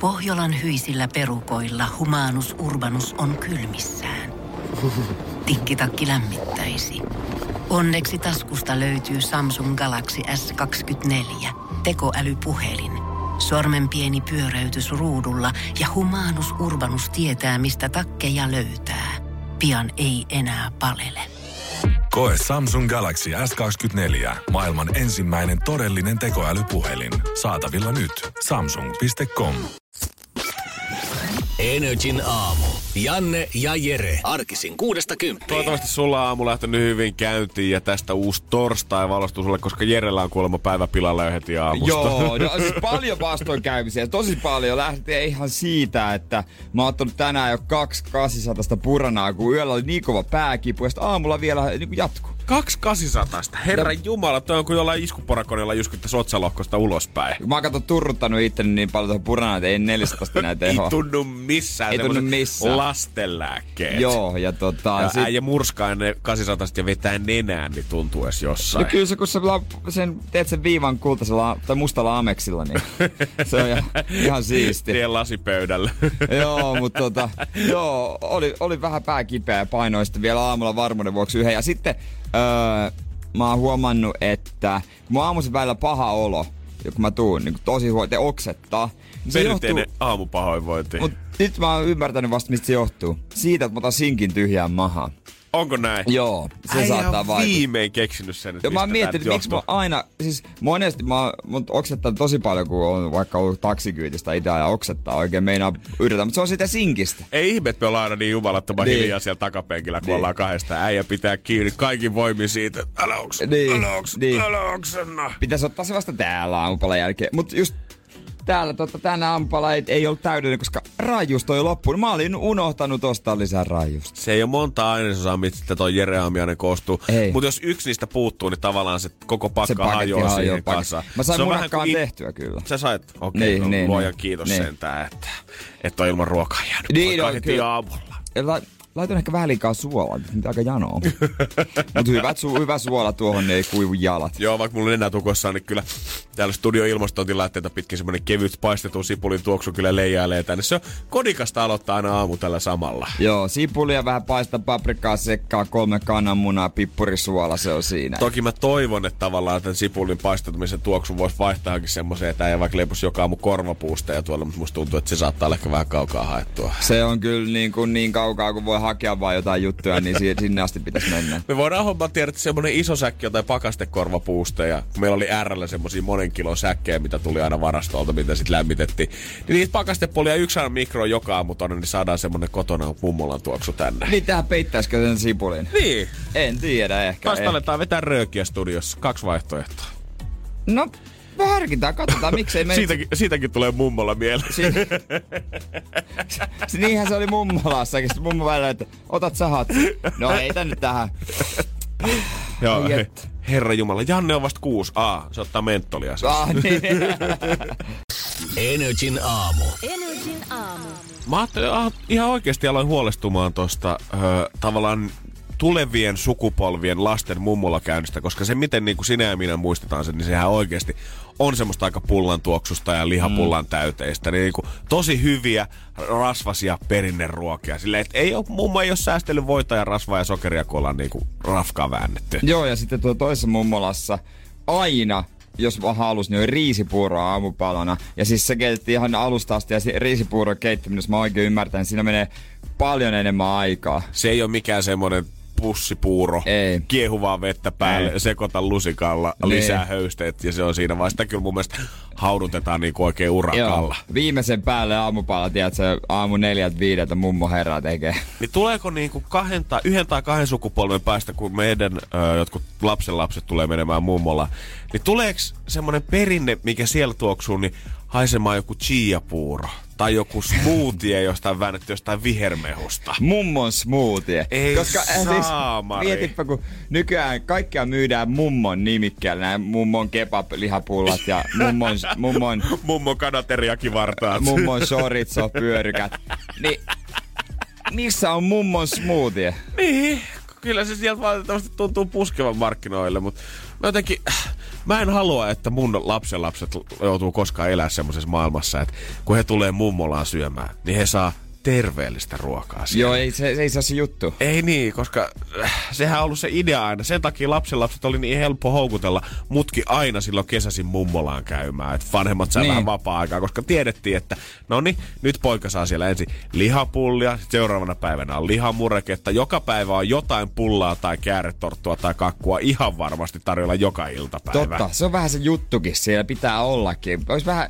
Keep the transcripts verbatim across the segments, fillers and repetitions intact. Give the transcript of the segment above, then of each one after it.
Pohjolan hyisillä perukoilla Humanus Urbanus on kylmissään. Tikkitakki lämmittäisi. Onneksi taskusta löytyy Samsung Galaxy S kaksikymmentäneljä, tekoälypuhelin. Sormen pieni pyöräytys ruudulla ja Humanus Urbanus tietää, mistä takkeja löytää. Pian ei enää palele. Koe Samsung Galaxy S kaksikymmentäneljä, maailman ensimmäinen todellinen tekoälypuhelin. Saatavilla nyt. samsung piste com. Energin aamu. Janne ja Jere. Arkisin kuudesta kymppiin. Toivottavasti sulla on aamu lähtenyt hyvin käyntiin ja tästä uusi torstai valostuu sulle, koska Jerellä on kuulemma päivä pilalla jo heti aamusta. Joo, no siis paljon vastoinkäymisiä. Tosi paljon. Lähtee ihan siitä, että mä oon ottanut tänään jo kaksi kahdeksansataa puranaa, kun yöllä oli niin kova pääkipu ja sitten aamulla vielä niin jatkuu. Kaksi kahdeksansataa. Herran no. Jumala, toi on kuin jollain iskuporakoneella jyskyttäisi otsalohkosta ulospäin. Mä oon kato turruttanut itteni niin paljon tuohon puranaan, että ei neljäsataa näitä tehoa. Ei tunnu missään. Ei tunnu missään. Lastenlääkkeet. Joo, ja tota... Ja sit... äijä murskaa ne kahdeksansataa ja vetää nenään, niin tuntuu edes jossain. No kyllä se, kun sä sen, teet sen viivan kultaisella tai mustalla ameksilla, niin se on ihan, ihan siisti. Tien lasipöydällä. Joo, mutta tota... Joo, oli, oli vähän pääkipeä ja painoin sitten vielä aamulla varmuuden vuoksi yhden. Ja sitten... Öö, mä oon huomannut, että kun mä aamuisin välillä paha olo, ja kun mä tuun niin tosi huolta oksettaa. Niin perinteinen johtuu... aamupahoinvointi. Mut nyt mä oon ymmärtänyt vasta, mistä se johtuu. Siitä, että mä otan sinkin tyhjään mahaan. Onko näin? Joo, se Äijä saattaa on vaikuttaa. viimein keksinyt sen, että ja mä oon miettinyt, miksi mä aina, siis monesti mä oon oksettanut tosi paljon, kun on vaikka ollut taksikyytistä itse ja oksettaa oikein, meinaa yritetään, mutta se on sitä sinkistä. Ei ihme, että me ollaan aina niin jumalattoman niin. hiljaa siellä takapenkillä, kun niin. ollaan kahdesta. Äijä pitää kiinni kaikin voimin siitä, että älä oksenna, niin. älä oksenna, niin. älä oksenna. Pitäis ottaa se vasta täällä aamupalan jälkeen, mutta just täällä totta, tänä aamupala ei, ei ollut täydellinen, koska raajuus toi loppuun. Mä olin unohtanut ostaa lisää raajuusta. Se ei ole monta ainesosaa, mistä toi Jere Aamiainen koostuu. Mutta jos yksi niistä puuttuu, niin tavallaan se koko pakka hajoaa siihen kasaan. Mä sain munakkaan tehtyä kyllä. Sä sait? Okei, okay, niin, no, niin, luojan niin, kiitos niin. sentään, että et on ilman ruokaa jäänyt. Niin, on, heti aamulla. Laitoin ehkä vähän liikaa suolaa, mitä aika janoa. Mutta hyvät su- hyvä suola tuohon, niin ei kuivu jalat. Joo, vaikka mulla on enää tukossa, niin kyllä täällä studio-ilmastointilaitteita pitkin semmonen kevyt paistetun sipulin tuoksu kyllä leijailee tänne. Se on kodikasta aloittaa aina aamu tällä samalla. Joo, sipulia vähän paista, paprikaa, sekkaa, kolme kananmunaa, pippurisuola, se on siinä. Toki mä toivon, että tavallaan tämän sipulin paistetumisen tuoksun voisi vaihtaakin semmoiseen, että ei vaikka leipus joka aamu korvapuusta ja tuolla, mutta musta tuntuu, että se saattaa olla ehkä vähän kaukaa haettua. Se on kyllä niin, kuin niin kaukaa, kun voi hakea vaan jotain juttuja, niin sinne asti pitäisi mennä. Me voidaan hommaa tiedä, että semmonen iso säkki jotain pakastekorvapuusta ja meillä oli R:llä semmosia monen kilon säkkejä, mitä tuli aina varastolta, mitä sit lämmitettiin. Niin niitä pakastepolia yksi aina mikro joka aamu tonne, niin saadaan semmonen kotona mummolan tuoksu tänne. Niin tähän peittäisikö sen sipulin? Niin. En tiedä ehkä. Taas aletaan vetää röökiä studiossa. Kaksi vaihtoehtoa. No, me harkitaan, katsotaan miksei me... siitäkin, siitäkin tulee mummola mieleen. Si- Niinhän se oli mummolassakin. Sitten mummo välillä, että otat sahat. No heitä nyt tähän. Joo, he, herra jumala. Janne on vasta kuusi. Aa, se ottaa menttolia. Ah, niin. Energin aamu. Energin aamu. Mä ajattelin, ihan oikeasti aloin huolestumaan tosta äh, tavallaan tulevien sukupolvien lasten mummolakäynnistä, koska se miten niin kuin sinä ja minä muistetaan sen, niin sehän oikeasti on semmoista aika pullan tuoksusta ja lihapullan mm. täyteistä. Niin kuin tosi hyviä, rasvasia perinneruokia. Silleen, että ei ole, mummo ei ole säästellyt voita ja rasvaa ja sokeria, kun ollaan niin kuin rafkaa väännetty. Joo, ja sitten tuo toisessa mummolassa aina, jos vaan halus, niin oli riisipuuroa aamupalana. Ja siis se keitettiin ihan alusta asti, ja se riisipuuron keittäminen, jos mä oikein ymmärtän, niin siinä menee paljon enemmän aikaa. Se ei ole mikään semmoinen pussipuuro, ei. Kiehuvaa vettä päälle, ei. Sekoita lusikalla, niin. Lisää höysteet ja se on siinä. Vaan sitä kyllä mun mielestä haudutetaan niinku oikein urakalla. Joo. Viimeisen päälle aamupala, tiedätkö, aamu neljät viideltä mummo herraa tekee. Niin tuleeko niinku kahden tai, yhden tai kahden sukupolven päästä, kun meidän ö, jotkut lapsenlapset tulee menemään mummolla, niin tuleeko semmoinen perinne, mikä siellä tuoksuu, niin haisemaan joku chia-puuro? Tai joku smoothie jostain väännetty jostain vihermehusta. Mummon smoothie. Ei Koska, saamari. Siis, mietipä, kun nykyään kaikkea myydään mummon nimikkeellä. Nämä mummon kebab-lihapullat ja mummon... mummon mummon kanateriakivartaat. Mummon chorizo-pyörykät. Niin, missä on mummon smoothie? Niin. kyllä se sieltä valitettavasti tuntuu puskevan markkinoille, mutta mä jotenkin, mä en halua, että mun lapsenlapset joutuu koskaan elää semmoisessa maailmassa, että kun he tulee mummolaan syömään, niin he saa terveellistä ruokaa siellä. Joo, ei se, se ei se ole se juttu. Ei niin, koska sehän on ollut se idea aina. Sen takia lapsenlapset oli niin helppo houkutella mutkin aina silloin kesäisin mummolaan käymään. Että vanhemmat sai niin. vähän vapaa-aikaa, koska tiedettiin, että no niin, nyt poika saa siellä ensin lihapullia, sit seuraavana päivänä on lihamureketta. Joka päivä on jotain pullaa tai kääretorttua tai kakkua ihan varmasti tarjolla joka iltapäivä. Totta, se on vähän se juttukin, siellä pitää ollakin. Olisi vähän...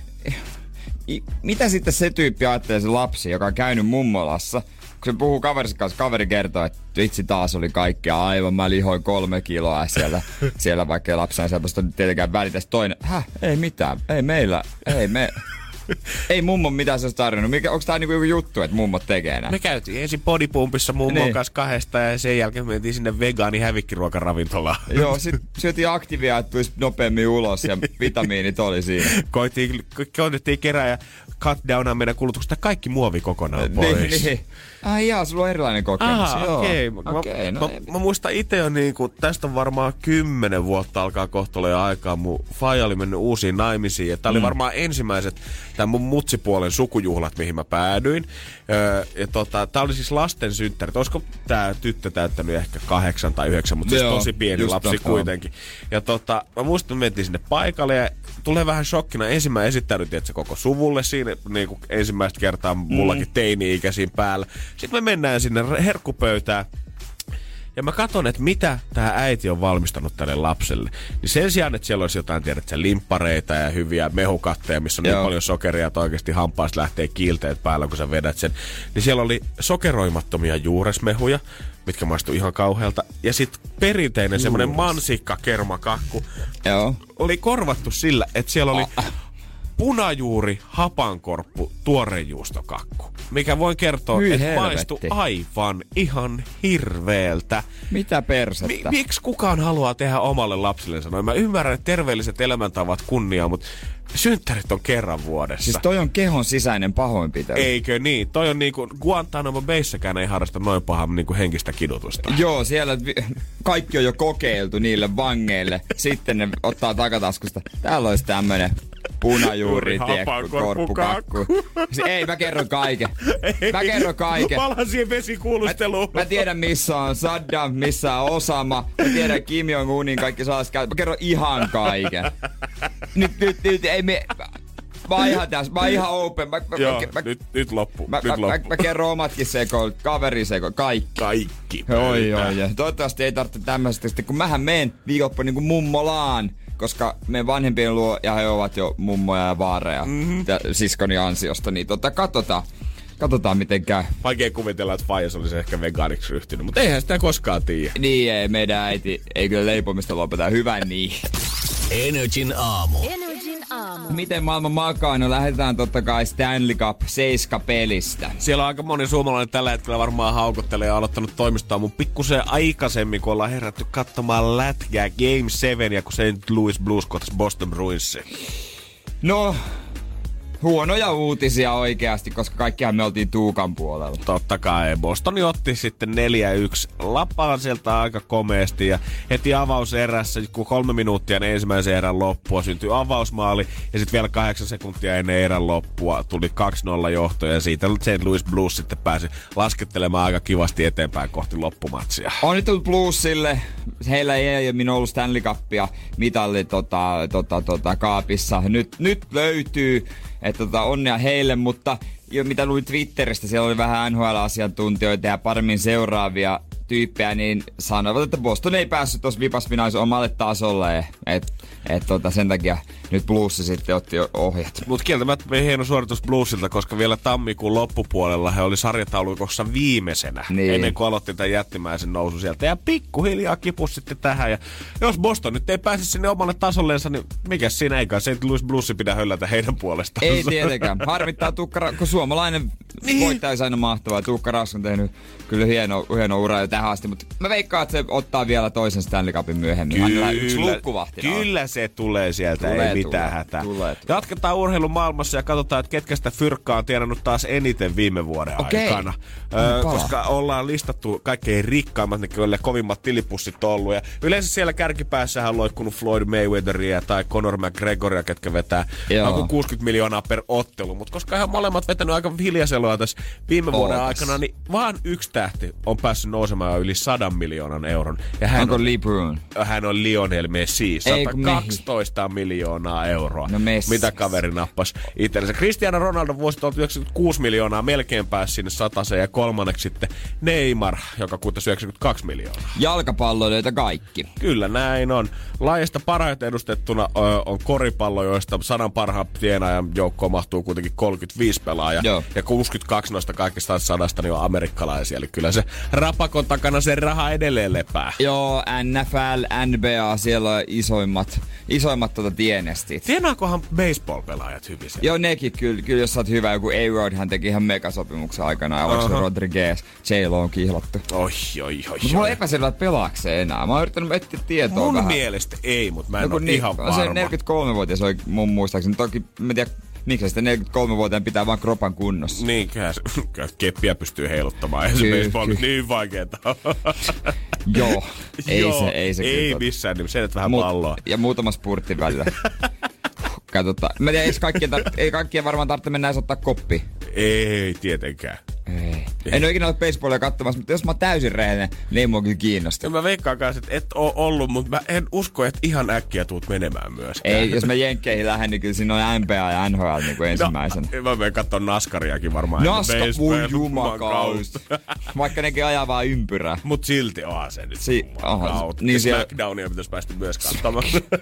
Mitä sitten se tyyppi ajattelee, se lapsi, joka on käynyt mummolassa, kun se puhuu kaverissa kanssa, kaveri kertoo, että vitsi taas oli kaikkea aivan, mä lihoin kolme kiloa siellä, siellä vaikka lapsena sellaista tietenkään välitä. Toinen, häh, ei mitään, ei meillä, ei me... Ei mummon mitään se olisi tarjonnut. Mikä, onko tää niinku joku juttu, että mummot tekee näin? Me käytiin ensin bodypumpissa mummon niin. kanssa kahdesta ja sen jälkeen mentiin sinne vegaani hävikkiruokaravintolaan. Joo, sit syötiin aktivia, että tulisi nopeammin ulos ja vitamiinit oli siinä. Koitiin, koitettiin kerää ja cut downaa meidän kulutuksesta kaikki muovi kokonaan pois. Niin, niin. Ai jaa, sulla on erilainen kokemus. Aha, okei. Okay. Mä, okay, no mä, mä muistan itse jo niinku, tästä on varmaan kymmenen vuotta alkaa kohta olla jo aikaa. Mun faija oli mennyt uusiin naimisiin. Ja tää oli mm. varmaan ensimmäiset tän mun mutsipuolen sukujuhlat, mihin mä päädyin. Öö, ja tota, tää oli siis lasten synttärit. Olisiko tää tyttö täyttänyt ehkä kahdeksan tai yhdeksän, mutta siis tosi pieni lapsi totta. kuitenkin. Ja tota, mä muistan, että mentiin sinne paikalle ja tulee vähän shokkina. Ensin mä esittäydytin, että se koko suvulle siinä niinku ensimmäistä kertaa mullakin mm. teini-ikäisiin päällä. Sitten me mennään sinne herkkupöytään. Ja mä katson, että mitä tää äiti on valmistanut tälle lapselle. Niin sen sijaan, että siellä olisi jotain, tiedätkö, limppareita ja hyviä mehukatteja, missä on Joo. niin paljon sokeria, että oikeasti hampaasta lähtee kiilteet päällä, kun sä vedät sen. Niin siellä oli sokeroimattomia juuresmehuja, mitkä maistuu ihan kauhealta. Ja sit perinteinen semmonen mansikka kermakakku Joo. oli korvattu sillä, että siellä oli... Oh. Punajuuri, hapankorppu, tuorejuustokakku. Mikä voi kertoa, että maistuu aivan ihan hirveeltä. Mitä persettä? Mi- miksi kukaan haluaa tehdä omalle lapsillensa noin? Mä ymmärrän, että terveelliset elämäntavat kunniaa, mutta synttärit on kerran vuodessa. Siis toi on kehon sisäinen pahoinpitely. Eikö niin? Toi on niinku, Guantanamo Bayssäkään ei harrasta noin pahaa niinku henkistä kidutusta. Joo, siellä kaikki on jo kokeiltu niille vangeille. Sitten ne ottaa takataskusta. Täällä olisi tämmönen punajuuri, korppukakku. Ei, mä kerron kaiken. Ei, mä kerron kaiken. Palaan siihen vesikuulusteluun. Mä, mä tiedän, missä on Saddam, missä on Osama. Mä tiedän Kim Jong-unin kaikki sellaiset käytöt. Mä kerron ihan kaiken. Nyt, nyt, nyt, ei me... Mä oon ihan tässä, mä oon ihan open. Mä, Joo, mä, mä, nyt, nyt loppu. Mä, nyt mä, loppu. Mä, mä kerron omatkin sekoilut, kaveriseko, kaikki. Kaikki. Oi, oi, oi. Toivottavasti ei tarvitse tämmöistä, kun mähän menen viikonloppu niinku mummolaan. Koska meidän vanhempien luo, ja he ovat jo mummoja ja vaareja mm-hmm. siskoni ansiosta, niin tota, katsotaan, katsotaan miten käy. Vaikea kuvitella, että faijas olisi ehkä vegaaniksi ryhtynyt, mutta eihän sitä koskaan tiedä. Niin ei, meidän äiti ei kyllä leipomista lopeta, hyvä niin. Energin aamu. Energin aamu. Miten maailman makaa? No lähdetään totta kai Stanley Cup seitsemän pelistä. Siellä on aika moni suomalainen tällä hetkellä varmaan haukottelee ja aloittanut toimistoa mun pikkusen aikaisemmin, kun ollaan herätty katsomaan lätkää Game seitsemän ja kun Saint Louis Blues kohtasi Boston Bruinsin. No... Huonoja uutisia oikeasti, koska kaikkihan me oltiin Tuukan puolella. Totta kai. Bostoni otti sitten neljä yksi lapaan sieltä aika komeasti ja heti avauserässä, kun kolme minuuttia ennen ensimmäisen erän loppua syntyi avausmaali ja sitten vielä kahdeksan sekuntia ennen erän loppua tuli kaksi nolla johto ja siitä Saint Louis Blues sitten pääsi laskettelemaan aika kivasti eteenpäin kohti loppumatsia. Onnittelut Bluesille. Heillä ei aiemmin ollut Stanley Cupia mitalli tota, tota, tota, kaapissa. Nyt, nyt löytyy. Että tota, onnea heille, mutta jo mitä luin Twitteristä, siellä oli vähän N H L-asiantuntijoita ja paremmin seuraavia tyyppejä, niin sanoivat, että Boston ei päässyt tuossa vipasfinaalissa omalle tasolle. Että et, tota, sen takia nyt Blues sitten otti ohjat. Mutta kieltämättä hieno suoritus Bluesilta, koska vielä tammikuun loppupuolella he oli sarjataulukossa viimeisenä. Niin. Ennen kuin aloitti tämän jättimäisen nousun sieltä. Ja pikkuhiljaa kipus sitten tähän. Ja jos Boston nyt ei pääse sinne omalle tasolleensa, niin mikä siinä eikä Saint Louis Blues pidä höllätä heidän puolestaan. Ei tietenkään. Harmittaa tukkara, kun suomalainen Niin. Voittaja olisi aina mahtavaa. Tuukka Rask on tehnyt kyllä hieno, hieno ura jo tähän asti, mutta mä veikkaan, että se ottaa vielä toisen Stanley Cupin myöhemmin. Kyllä, yksi lukkuvahtina. Kyllä se tulee sieltä, tulee, ei mitään tulee, hätää. Tulee, tulee. Jatketaan urheilun maailmassa ja katsotaan, että ketkä sitä fyrkkaa on tienannut taas eniten viime vuoden okay. aikana. Öö, koska ollaan listattu kaikkein rikkaimmat, ne kyllä kovimmat tilipussit ollut. Ja yleensä siellä kärkipäässähän on loikkunut Floyd Mayweatheria tai Conor McGregoria, ketkä vetää noin kuusikymmentä miljoonaa per ottelu. Mutta koska he on molemmat vetänyt aika hiljaisella tässä viime Ootas. vuoden aikana, niin vaan yksi tähti on päässyt nousemaan yli sadan miljoonan euron. Ja hän Onko on, LeBron? Hän on Lionel Messi. sata kaksitoista miljoonaa euroa. No mitä kaveri nappasi itsellensä. Cristiano Ronaldo vuosi yhdeksänkymmentäkuusi miljoonaa, melkein pääsi sinne sataseen. Ja kolmanneksi sitten Neymar, joka kuittasi yhdeksänkymmentäkaksi miljoonaa. Jalkapalloilijoita kaikki. Kyllä näin on. Lajista parhaiten edustettuna ö, on koripallo, joista sadan parhaan tienaajan joukkoon mahtuu kuitenkin kolmekymmentäviisi pelaajaa. Joo. Ja kuusikymmentäkaksi noista kaikista sadasta niin on amerikkalaisia. Eli kyllä se rapakon takana se raha edelleen lepää. Joo, N F L, N B A, siellä on isoimmat, isoimmat tuota tienestit. Tienaakohan baseball-pelaajat hyvin siellä? Joo, nekin kyllä. Kyllä jos sä oot hyvä, joku A-Rod, hän teki ihan megasopimuksen aikana. Alex uh-huh. Rodriguez, J-Lo on kihlattu. Oi, oi, oi. Mutta mulla on epäselvää, että pelaako se enää. Mä oon yrittänyt etsiä tietoa mun vähän. Mun mielestä ei, mutta mä en no, ole niin, ihan varma. Se neljäkymmentäkolmevuotias oli mun muistaakseni. Toki mä tiedän, miksi sitten neljäkymmentäkolmevuotiaan pitää vaan kropan kunnossa. Niin, keppiä pystyy heiluttamaan. Ei se baseball nyt niin vaikeeta. Joo, ei Joo, se, ei se ei kyllä. Missään, niin sen, että vähän Mut, palloa. Ja muutama spurtti välillä. Katsotaan. Mä tiedän, ei kaikkien, tar- ei kaikkien varmaan tarvitse mennä edes ottaa koppi. Ei, tietenkään. Ei. Ei. En ole ikinä ollut baseballia katsomassa, mutta jos mä oon täysin rehellinen, niin ei mua kyllä kiinnosta. Mä veikkaan kanssa, että et oo ollut, mutta mä en usko, että ihan äkkiä tuut menemään myöskään. Ei, jos mä jenkkeihin lähden, niin kyllä siinä on N B A ja N H L niin kuin ensimmäisenä. No, mä menen katsoa NASCARiakin varmaan. Naska, voi jumakaus. Vaikka nekin ajaa vaan ympyrää. Mut silti onhan se nyt si- jumakaut. Niin siellä... Smackdownia pitäisi päästä myös katsomaan.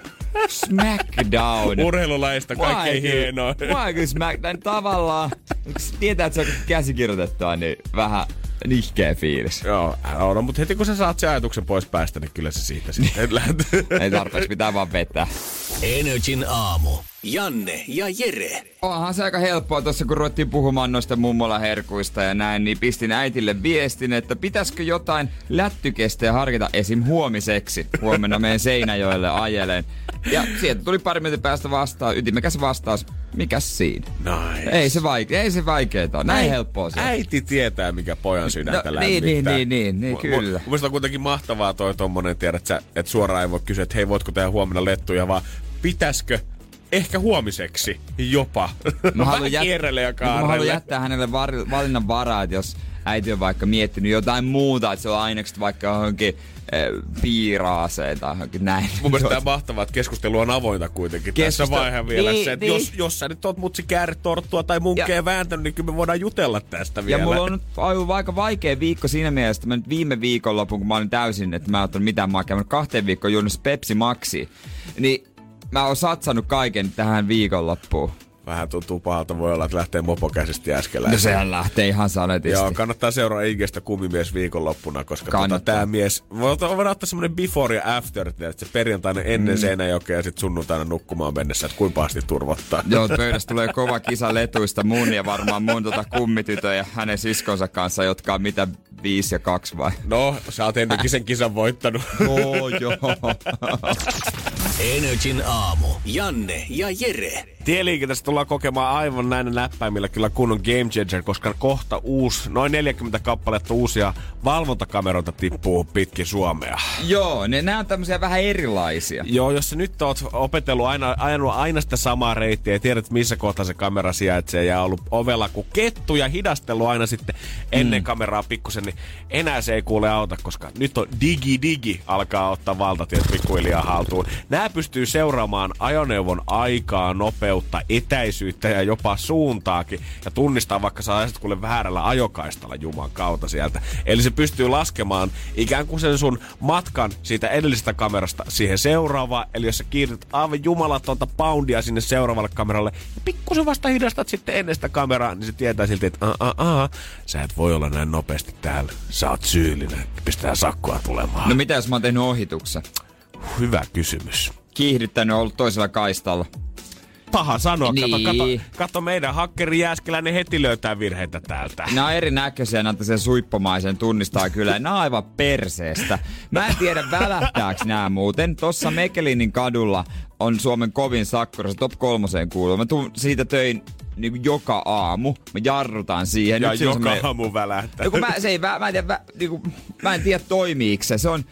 Smackdown. Urheilulajista kaikkein hienoa. Mä kyllä Smackdown tavallaan. Tietää, että se on käsikirjoitettua, niin vähän nihkeä fiilis. Joo, no, mutta heti kun sä saat sen ajatuksen pois päästä, niin kyllä se siitä sitten lähtee. Ei tarpeeksi, pitää vaan vetää. Energin aamu. Janne ja Jere. Onhan se aika helppoa tuossa, kun ruvettiin puhumaan noista mummola-herkuista ja näin, niin pistin äitille viestin, että pitäisikö jotain lättykestejä harkita esim. Huomiseksi. Huomenna menen Seinäjoelle ajeleen. Ja sieltä tuli pari minuutin päästä vastaan, ytimekäs vastaus. Mikäs siinä? Nice. Ei se, vaike- ei se vaikeeta ole. Näin helppoa se. Äiti tietää, mikä pojan sydäntä no, lämmittää. Niin, niin, niin, niin, kyllä. Mun mielestä on kuitenkin mahtavaa toi tommonen, tiedät, että, että suoraan ei voi kysyä, että hei, voitko tehdä huomenna lettuja, vaan pitäisikö ehkä huomiseksi jopa. Mä haluan, jät- mä haluan jättää hänelle var- valinnan varaa, että jos äiti on vaikka miettinyt jotain muuta, että se on ainekset vaikka johonkin eh, piiraaseen tai johonkin näin. Mun mielestä tämä mahtavaa, että keskustelu on avointa kuitenkin Keskustel- tässä vaiheessa vielä. Niin, se, että niin. jos, jos sä nyt oot mutsi kääritorttua tai munkkeen ja, vääntänyt, niin kyllä me voidaan jutella tästä vielä. Ja mulla on nyt aika vaikea viikko siinä mielessä, että mä nyt viime viikonlopun, kun mä olin täysin, että mä en ottanut mitään, mä oon käynyt kahteen viikkoon juonut Pepsi Maxi, niin mä oon satsannut kaiken tähän viikonloppuun. Vähän tuntuu pahalta, voi olla, että lähtee mopo käsistä jäskelään. No sehän lähtee ihan sanetisti. Joo, kannattaa seuraa I G:stä kumimies viikonloppuna, koska tota, tää mies... Voidaan ottaa semmonen before ja after, että se perjantaina ennen mm. Seinäjokea ja sit sunnuntaina nukkumaan mennessä, että kuinka pahasti turvottaa. Joo, pöydästä tulee kova kisa letuista mun ja varmaan mun tota kummitytön ja hänen siskonsa kanssa, jotka on mitä viisi ja kaksi vai? No, sä oot ennenkin sen kisan voittanut. Oo, joo. Energin aamu. Janne ja Jere. Tieliikenteessä tullaan kokemaan aivan näin näppäimillä kyllä kunnon game changer, koska kohta uusi, noin neljäkymmentä kappaletta uusia valvontakameroita tippuu pitkin Suomea. Joo, ne nää on tämmöisiä vähän erilaisia. Joo, jos sä nyt oot opetellut aina, aina, aina sitä samaa reittiä ja tiedät missä kohtaa se kamera sijaitsee ja ollut ovella kuin kettu ja hidastellut aina sitten ennen mm. kameraa pikkusen, niin enää se ei kuule auta, koska nyt on digi digi alkaa ottaa valtatiet pikkuhiljaa haltuun. Nää pystyy seuraamaan ajoneuvon aikaa, nopeutta, etäisyyttä ja jopa suuntaakin ja tunnistaa vaikka sä ajat kuule väärällä ajokaistalla juman kautta sieltä. Eli se pystyy laskemaan ikään kuin sen sun matkan siitä edellisestä kamerasta siihen seuraavaan. Eli jos sä kiinnität aivan jumalatonta poundia sinne seuraavalle kameralle ja pikkusen vasta hidastat sitten ennen sitä kameraa, niin se tietää silti, että a, a, a, sä et voi olla näin nopeasti täällä. Sä oot syyllinen. Pistää sakkoa tulemaan. No mitä jos mä oon tehnyt ohituksen? Hyvä kysymys. Kiihdyttänyt, ollut toisella kaistalla. paha sanoa. Niin. Kato, kato, kato meidän hakkeri Jääskeläinen heti löytää virheitä täältä. Nämä on erinäköisiä, näitä sen suippomaisen tunnistaa kyllä. Nämä on aivan perseestä. Mä en tiedä, välähtääks nämä muuten. Tossa Mekelinin kadulla on Suomen kovin sakkoro, se top kolmoseen kuuluu. Mä tuun siitä töin niin joka aamu. Mä jarrutan siihen. Ja Nyt joka semmoinen... aamu välähtää. No, mä, se ei, mä, mä, en tiedä, mä, niin mä en tiedä toimiiko se. Se on...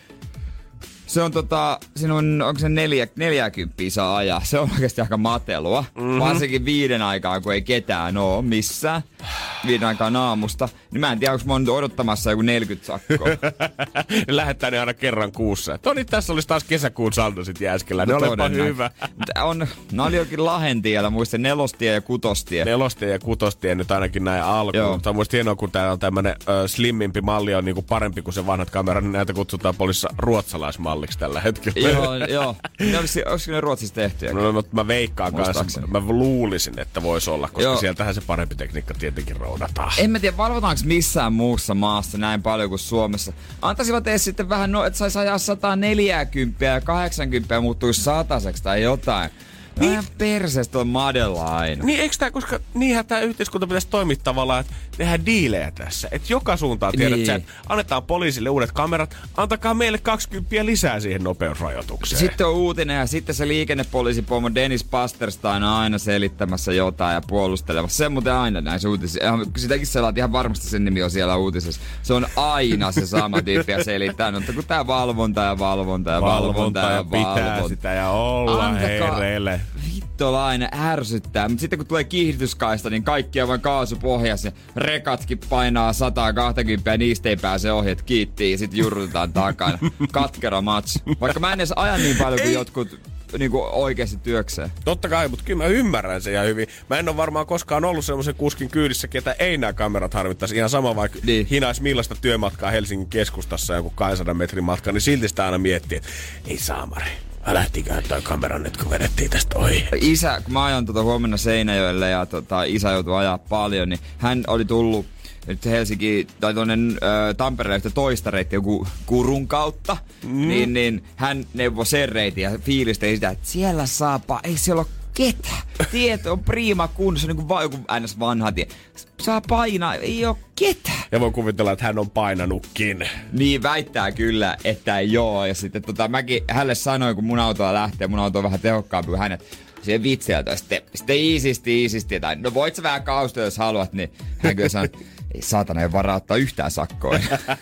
Se on tota, siinä on, onko se neljä, neljäkymppiä saa ajaa. Se on oikeasti aika matelua. Mm-hmm. Varsinkin viiden aikaa, kun ei ketään oo missään. Viiden aikaan aamusta. Niin mä en tiedä, onko mä oon odottamassa joku neljäkymmentä sakkoa. Lähettää ne aina kerran kuussa. Toni, tässä olisi taas kesäkuun saldo sit Jääskellä. Ne No, olepa hyvä. On, ne oli jokin Lahentiellä, muistin nelostie ja kutostie. Nelostie ja kutostie nyt ainakin näin alkuun. Tämä on muista hienoa, kun täällä on tämmönen ö, slimmimpi malli, on niinku parempi kuin se vanhat kamerat, niin näitä kutsutaan poliisissa ruotsalaismalliksi tällä hetkellä. Joo, joo. Ne olisi, olisiko ne Ruotsissa tehtyjä? No, no, mä veikkaan kanssa. Mä luulisin, että voisi olla, koska joo. Sieltähän se parempi tekniikka tietenkin roudataan. En mä tiedä, valvotaanko missään muussa maassa näin paljon kuin Suomessa. Antaisivat edes sitten vähän, no, että saisi ajaa sata neljäkymmentä ja kahdeksankymmentä ja muuttuisi sataseksi tai jotain. Niin. Vähän perseestä on madella aina. Niin eikö tää, koska niinhän tää yhteiskunta pitäisi toimia tavallaan, että tehdään diilejä tässä. Että joka suuntaan tiedät niin. Sä, että annetaan poliisille uudet kamerat, antakaa meille kaksikymmentä lisää siihen nopeusrajoitukseen. Sitten on uutinen ja sitten se liikennepoliisipomo Dennis Pasterstein on aina selittämässä jotain ja puolustelemassa. Se on muuten aina näissä uutisissa. Sitäkin selaat ihan varmasti sen nimi on siellä uutisessa. Se on aina se sama tyyppi ja selittää, no, kun tää valvonta ja valvonta ja valvonta, valvonta ja, ja valvonta. Pitää sitä ja olla Antakaa. Hereille. Vittolainen ärsyttää, mutta sitten kun tulee kiihdytyskaista, niin kaikki on vaan kaasupohjassa ja rekatkin painaa sata kaksikymmentä ja niistä ei pääse ohi, että kiittiin ja sitten jurrutetaan takana. Katkera match. Vaikka mä en edes aja niin paljon kuin jotkut niinku oikeasti työkseen. Totta kai, mutta kyllä mä ymmärrän sen ihan hyvin. Mä en ole varmaan koskaan ollut semmoisen kuskin kyydissä, ketä ei nämä kamerat harmittaisi. Ihan sama vaikka niin. Hinais millaista työmatkaa Helsingin keskustassa joku kaksisataa metrin matka, niin silti sitä aina miettii, että ei saamari. Lähtiköhän toi kamera nyt, kun vedettiin tästä ohi. Isä, kun mä ajan tota huomenna Seinäjoelle ja tota, isä joutui ajaa paljon, niin hän oli tullut nyt Helsinki tai tuonne Tampereelle yhtä toista reittiä joku Kurun kautta, mm. niin, niin hän neuvoi sen reitin ja fiilisteli sitä, että siellä saapa, ei siellä ole ketään. Tieto on prima kunnossa, niin kuin va- joku ns. Vanha tie. Saa painaa, ei oo ketään. Ja voi kuvitella, että hän on painanutkin. Niin väittää kyllä, että ei oo. Ja sitten tota, mäkin hänelle sanoin, kun mun autoa lähtee, mun auto on vähän tehokkaampi kuin hänet. Siihen vitsieltä sitten, sitten iisisti, iisisti. Tai, no voit sä vähän kaustaa, jos haluat, niin hän kyllä sanoi, ei saatana, ei varaa ottaa yhtään sakkoa.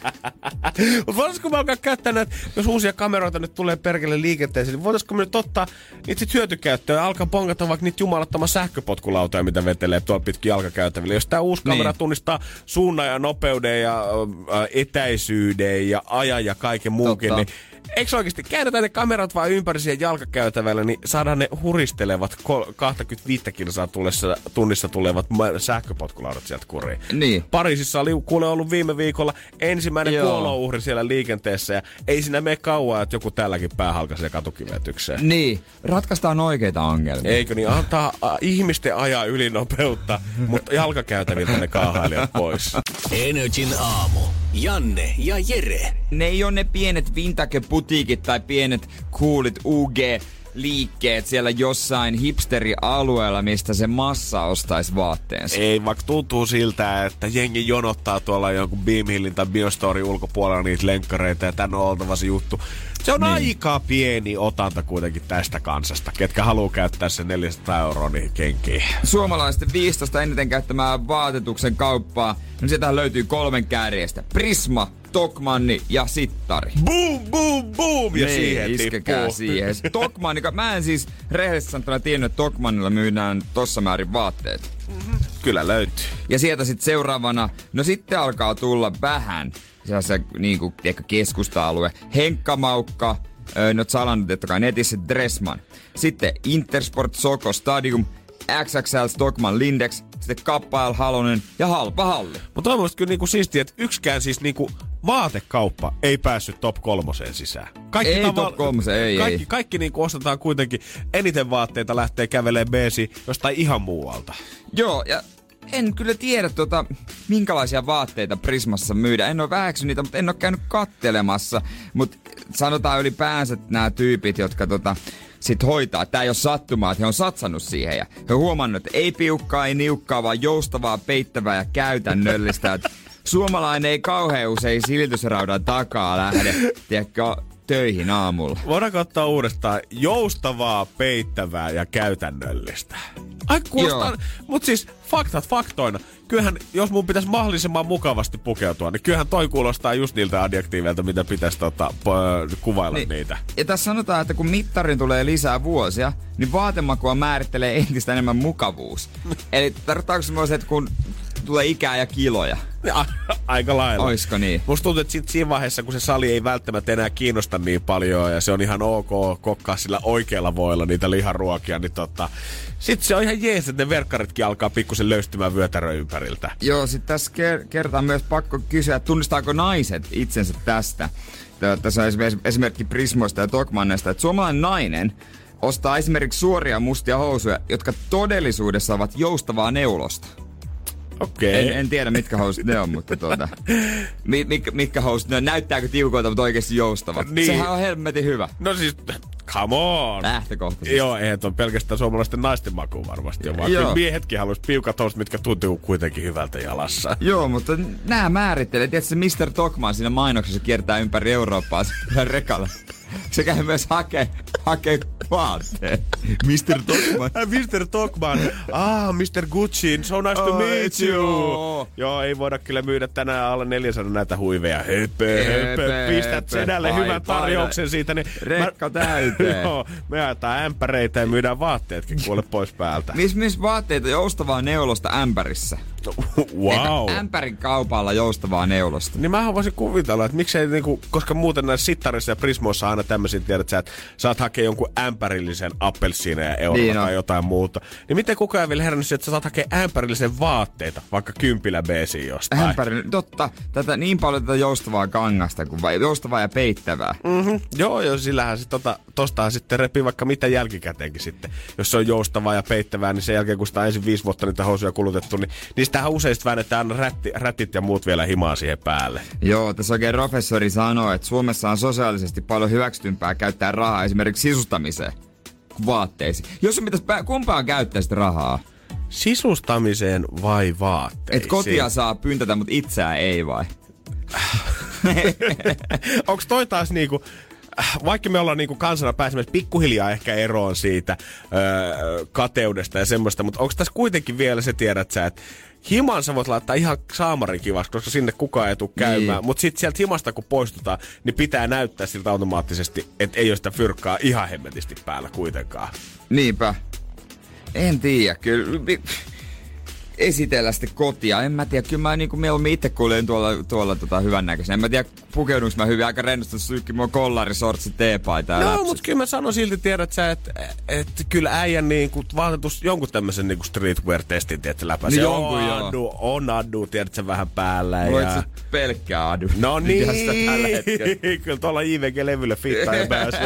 Mutta voitaisiko me alkaa käyttää näitä, jos uusia kameroita nyt tulee perkele liikenteeseen, niin voitaisiko me nyt ottaa niitä sit hyötykäyttöön ja alkaa pongata vaikka niitä jumalattoman sähköpotkulautoja, mitä vetelee tuolla pitkin jalkakäytävillä. Jos tää uusi kamera niin. tunnistaa suunnan ja nopeuden ja ä, etäisyyden ja ajan ja kaiken muunkin, Totta. niin eikö oikeasti käännetään ne kamerat vaan ympäri siihen jalkakäytävällä, niin saadaan ne huristelevat kaksikymmentäviisi kilsaa tullessa, tunnissa tulevat sähköpotkulaudat sieltä kuriin. Niin. Pariisissa oli kuule ollut viime viikolla ensimmäinen kuolouhri siellä liikenteessä ja ei siinä mene kauan, että joku tälläkin pää halkaisee katukivetykseen. Niin, ratkaistaan oikeita ongelmia. Eikö niin, antaa äh, ihmisten ajaa ylinopeutta, mutta jalkakäytäviltä ne kaahailijat pois. Energin aamu. Janne ja Jere. Ne ei ole ne pienet vintage-putiikit tai pienet coolit U G-liikkeet siellä jossain hipsterialueella, mistä se massa ostaisi vaatteensa. Ei, vaikka tuntuu siltä, että jengi jonottaa tuolla jonkun Beam Hillin tai Biostorin ulkopuolella niitä lenkkareita ja tän on oltava se juttu. Se on niin. aika pieni otanta kuitenkin tästä kansasta, ketkä haluaa käyttää sen neljäsataa euroa niihin kenkiin. Suomalaisten viisitoista eniten käyttämään vaatetuksen kauppaa, niin sieltähän löytyy kolmen kärjestä. Prisma, Tokmanni ja Sittari. Boom, boom, boom! Ja niin, siihen iskekää tippuu. siihen. Tokmanni, mä en siis rehellisesti sanottuna tiennyt, että Tokmannilla myydään tossa määrin vaatteet. Mm-hmm. Kyllä löytyy. Ja sieltä sitten seuraavana, no sitten alkaa tulla vähän se niinku ehkä keskusta-alue. Henkkamaukka, no Zalando totta kai netissä, Dressman. Sitten Intersport, Soko, Stadium, X X L, Stockmann, Lindex, sitten Kappael, Halonen ja Halpa Halli. Mutta on mielestäni kyllä niinku siistiä, että yksikään siis niinku vaatekauppa ei päässyt top kolmoseen sisään. Kaikki ei tava- top kolmoseen, ei, kaikki, ei. Kaikki niinku ostetaan kuitenkin, eniten vaatteita lähtee kävelee beesiin jostain ihan muualta. Joo, ja en kyllä tiedä tota, minkälaisia vaatteita Prismassa myydään. En ole vähäksy niitä, mutta en ole käynyt kattelemassa. Mutta sanotaan ylipäänsä nämä tyypit, jotka tota, sit hoitaa. Tää ei ole sattumaa, että he on satsannut siihen. Ja he on huomannut, että ei piukkaa, ei niukkaa, vaan joustavaa, peittävää ja käytännöllistä. Suomalainen ei kauhean usein silitysraudan takaa lähde, tiedätkö, töihin aamulla. Voidaanko ottaa uudestaan joustavaa, peittävää ja käytännöllistä? Ai kuulostaa, mut siis faktat faktoina. Kyllähän, jos mun pitäisi mahdollisimman mukavasti pukeutua, niin kyllähän toi kuulostaa just niiltä adjektiiveiltä, mitä pitäisi tota, p- kuvailla niin, niitä. Ja tässä sanotaan, että kun mittarin tulee lisää vuosia, niin vaatemakua määrittelee entistä enemmän mukavuus. Eli tarkoittaako se, että kun tulee ikää ja kiloja? A- aika lailla. Oisko niin? Musta tuntuu, että siinä vaiheessa, kun se sali ei välttämättä enää kiinnosta niin paljon ja se on ihan ok kokkaa sillä oikealla voilla niitä liharuokia, niin tota, sit se on ihan jees, että ne verkkaritkin alkaa pikkusen löystymään vyötärön ympäriltä. Joo, sit tässä ker- kertaa myös pakko kysyä, että tunnistaako naiset itsensä tästä? Tässä on esimerkki Prismoista ja Tokmannesta, että suomalainen nainen ostaa esimerkiksi suoria mustia housuja, jotka todellisuudessa ovat joustavaa neulosta. Okei. En, en tiedä, mitkä housut ne on, mutta tuota, mit, mit, mitkä housut ne on. Näyttääkö tiukoilta, mutta oikeasti joustavat. Niin. Sehän on helmetin hyvä. No siis, come on. Lähtökohtaisesti. Joo, eihän on pelkästään suomalaisten naisten makuun varmasti. Joo. Vaan kyllä miehetkin haluaisi piukat housut, mitkä tuntuu kuitenkin hyvältä jalassa. Joo, mutta nämä määrittelee. Tiedätkö, mister Tokman siinä mainoksessa kiertää ympäri Eurooppaa rekalla. Se käy myös hakee, hakee vaatteet. mister Tokman. mister Tokman. Ah, mister Gucci. So nice to oh, meet you. Joo. Joo, ei voida kyllä myydä tänään alle neljäsataa näitä huiveja. Höpö, höpö. Pistät sedälle hyvän tarjouksen siitä. Niin rekka mä, täyteen. Joo, me ajetaan ämpäreitä ja myydään vaatteetkin kuule pois päältä. Missä mis vaatteita joustavaa neulosta ämpärissä? Wow. Että ämpärin kaupalla joustavaa neulosta. Niin mähän voisin kuvitella, että miksei niinku, koska muuten näissä sittarissa ja Prismoissa aina tämmöisiä tiedät sä, että saat hakea jonkun ämpärillisen appelsiina ja euroa niin tai jotain muuta. Niin miten kukaan ei vielä herännyt, että sä saat hakea ämpärillisen vaatteita, vaikka kympillä beesiin jostain. Ämpärillinen, totta. Tätä niin paljon tätä joustavaa kangasta, kuin vai, joustavaa ja peittävää. Mm-hmm. Joo, joo, sillähän sit tota, tostahan sitten repii vaikka mitä jälkikäteenkin sitten. Jos se on joustavaa ja peittävää, niin sen jälkeen kun sitä on ensin viisi vuotta niitä housuja kulutettu, niin niistähän usein väännetään aina rätti, rättit ja muut vielä himaa siihen päälle. Joo, tässä oikein professori sanoo, että Suomessa on sosiaalisesti paljon hyväksytympää käyttää rahaa esimerkiksi sisustamiseen kuin vaatteisiin. Jos on mitäs pää, kumpaan käyttää sitä rahaa? Sisustamiseen vai vaatteisiin? Et kotia saa pyntätä, mutta itseään ei vai? Onks toi taas niinku... Vaikka me ollaan niinku kansana pääsemässä pikkuhiljaa ehkä eroon siitä öö, kateudesta ja semmoista, mutta onko tässä kuitenkin vielä se, tiedät sä, että himan sä voit laittaa ihan saamarin kivaksi, koska sinne kukaan ei tule käymään. Niin. Mutta sitten sieltä himasta kun poistutaan, niin pitää näyttää siltä automaattisesti, että ei ole sitä fyrkkaa ihan hemmetisti päällä kuitenkaan. Niinpä. En tiedä, kyllä. Esitellä sitten kotia. En mä tiedä, kyllä mä niinku mieluummin itse kuljen tuolla, tuolla tota hyvännäköisenä. En mä tiedä, pukeudunko mä hyvin. Aika rennosti syykki mua kollari, sortsi, teepaita ja no, läpset. mutta kyllä mä sanon silti, tiedät sä, että et, kyllä äijän niinku vaatetus jonkun tämmöisen niinku streetwear-testin, tiedät sä läpäisi. Niin jonkun joo. Addu, on addu, tiedät sä vähän päällä. Mulla ja... on pelkkää adu. No niin, kyllä tuolla I V G-levyllä fittaa ja pääsee.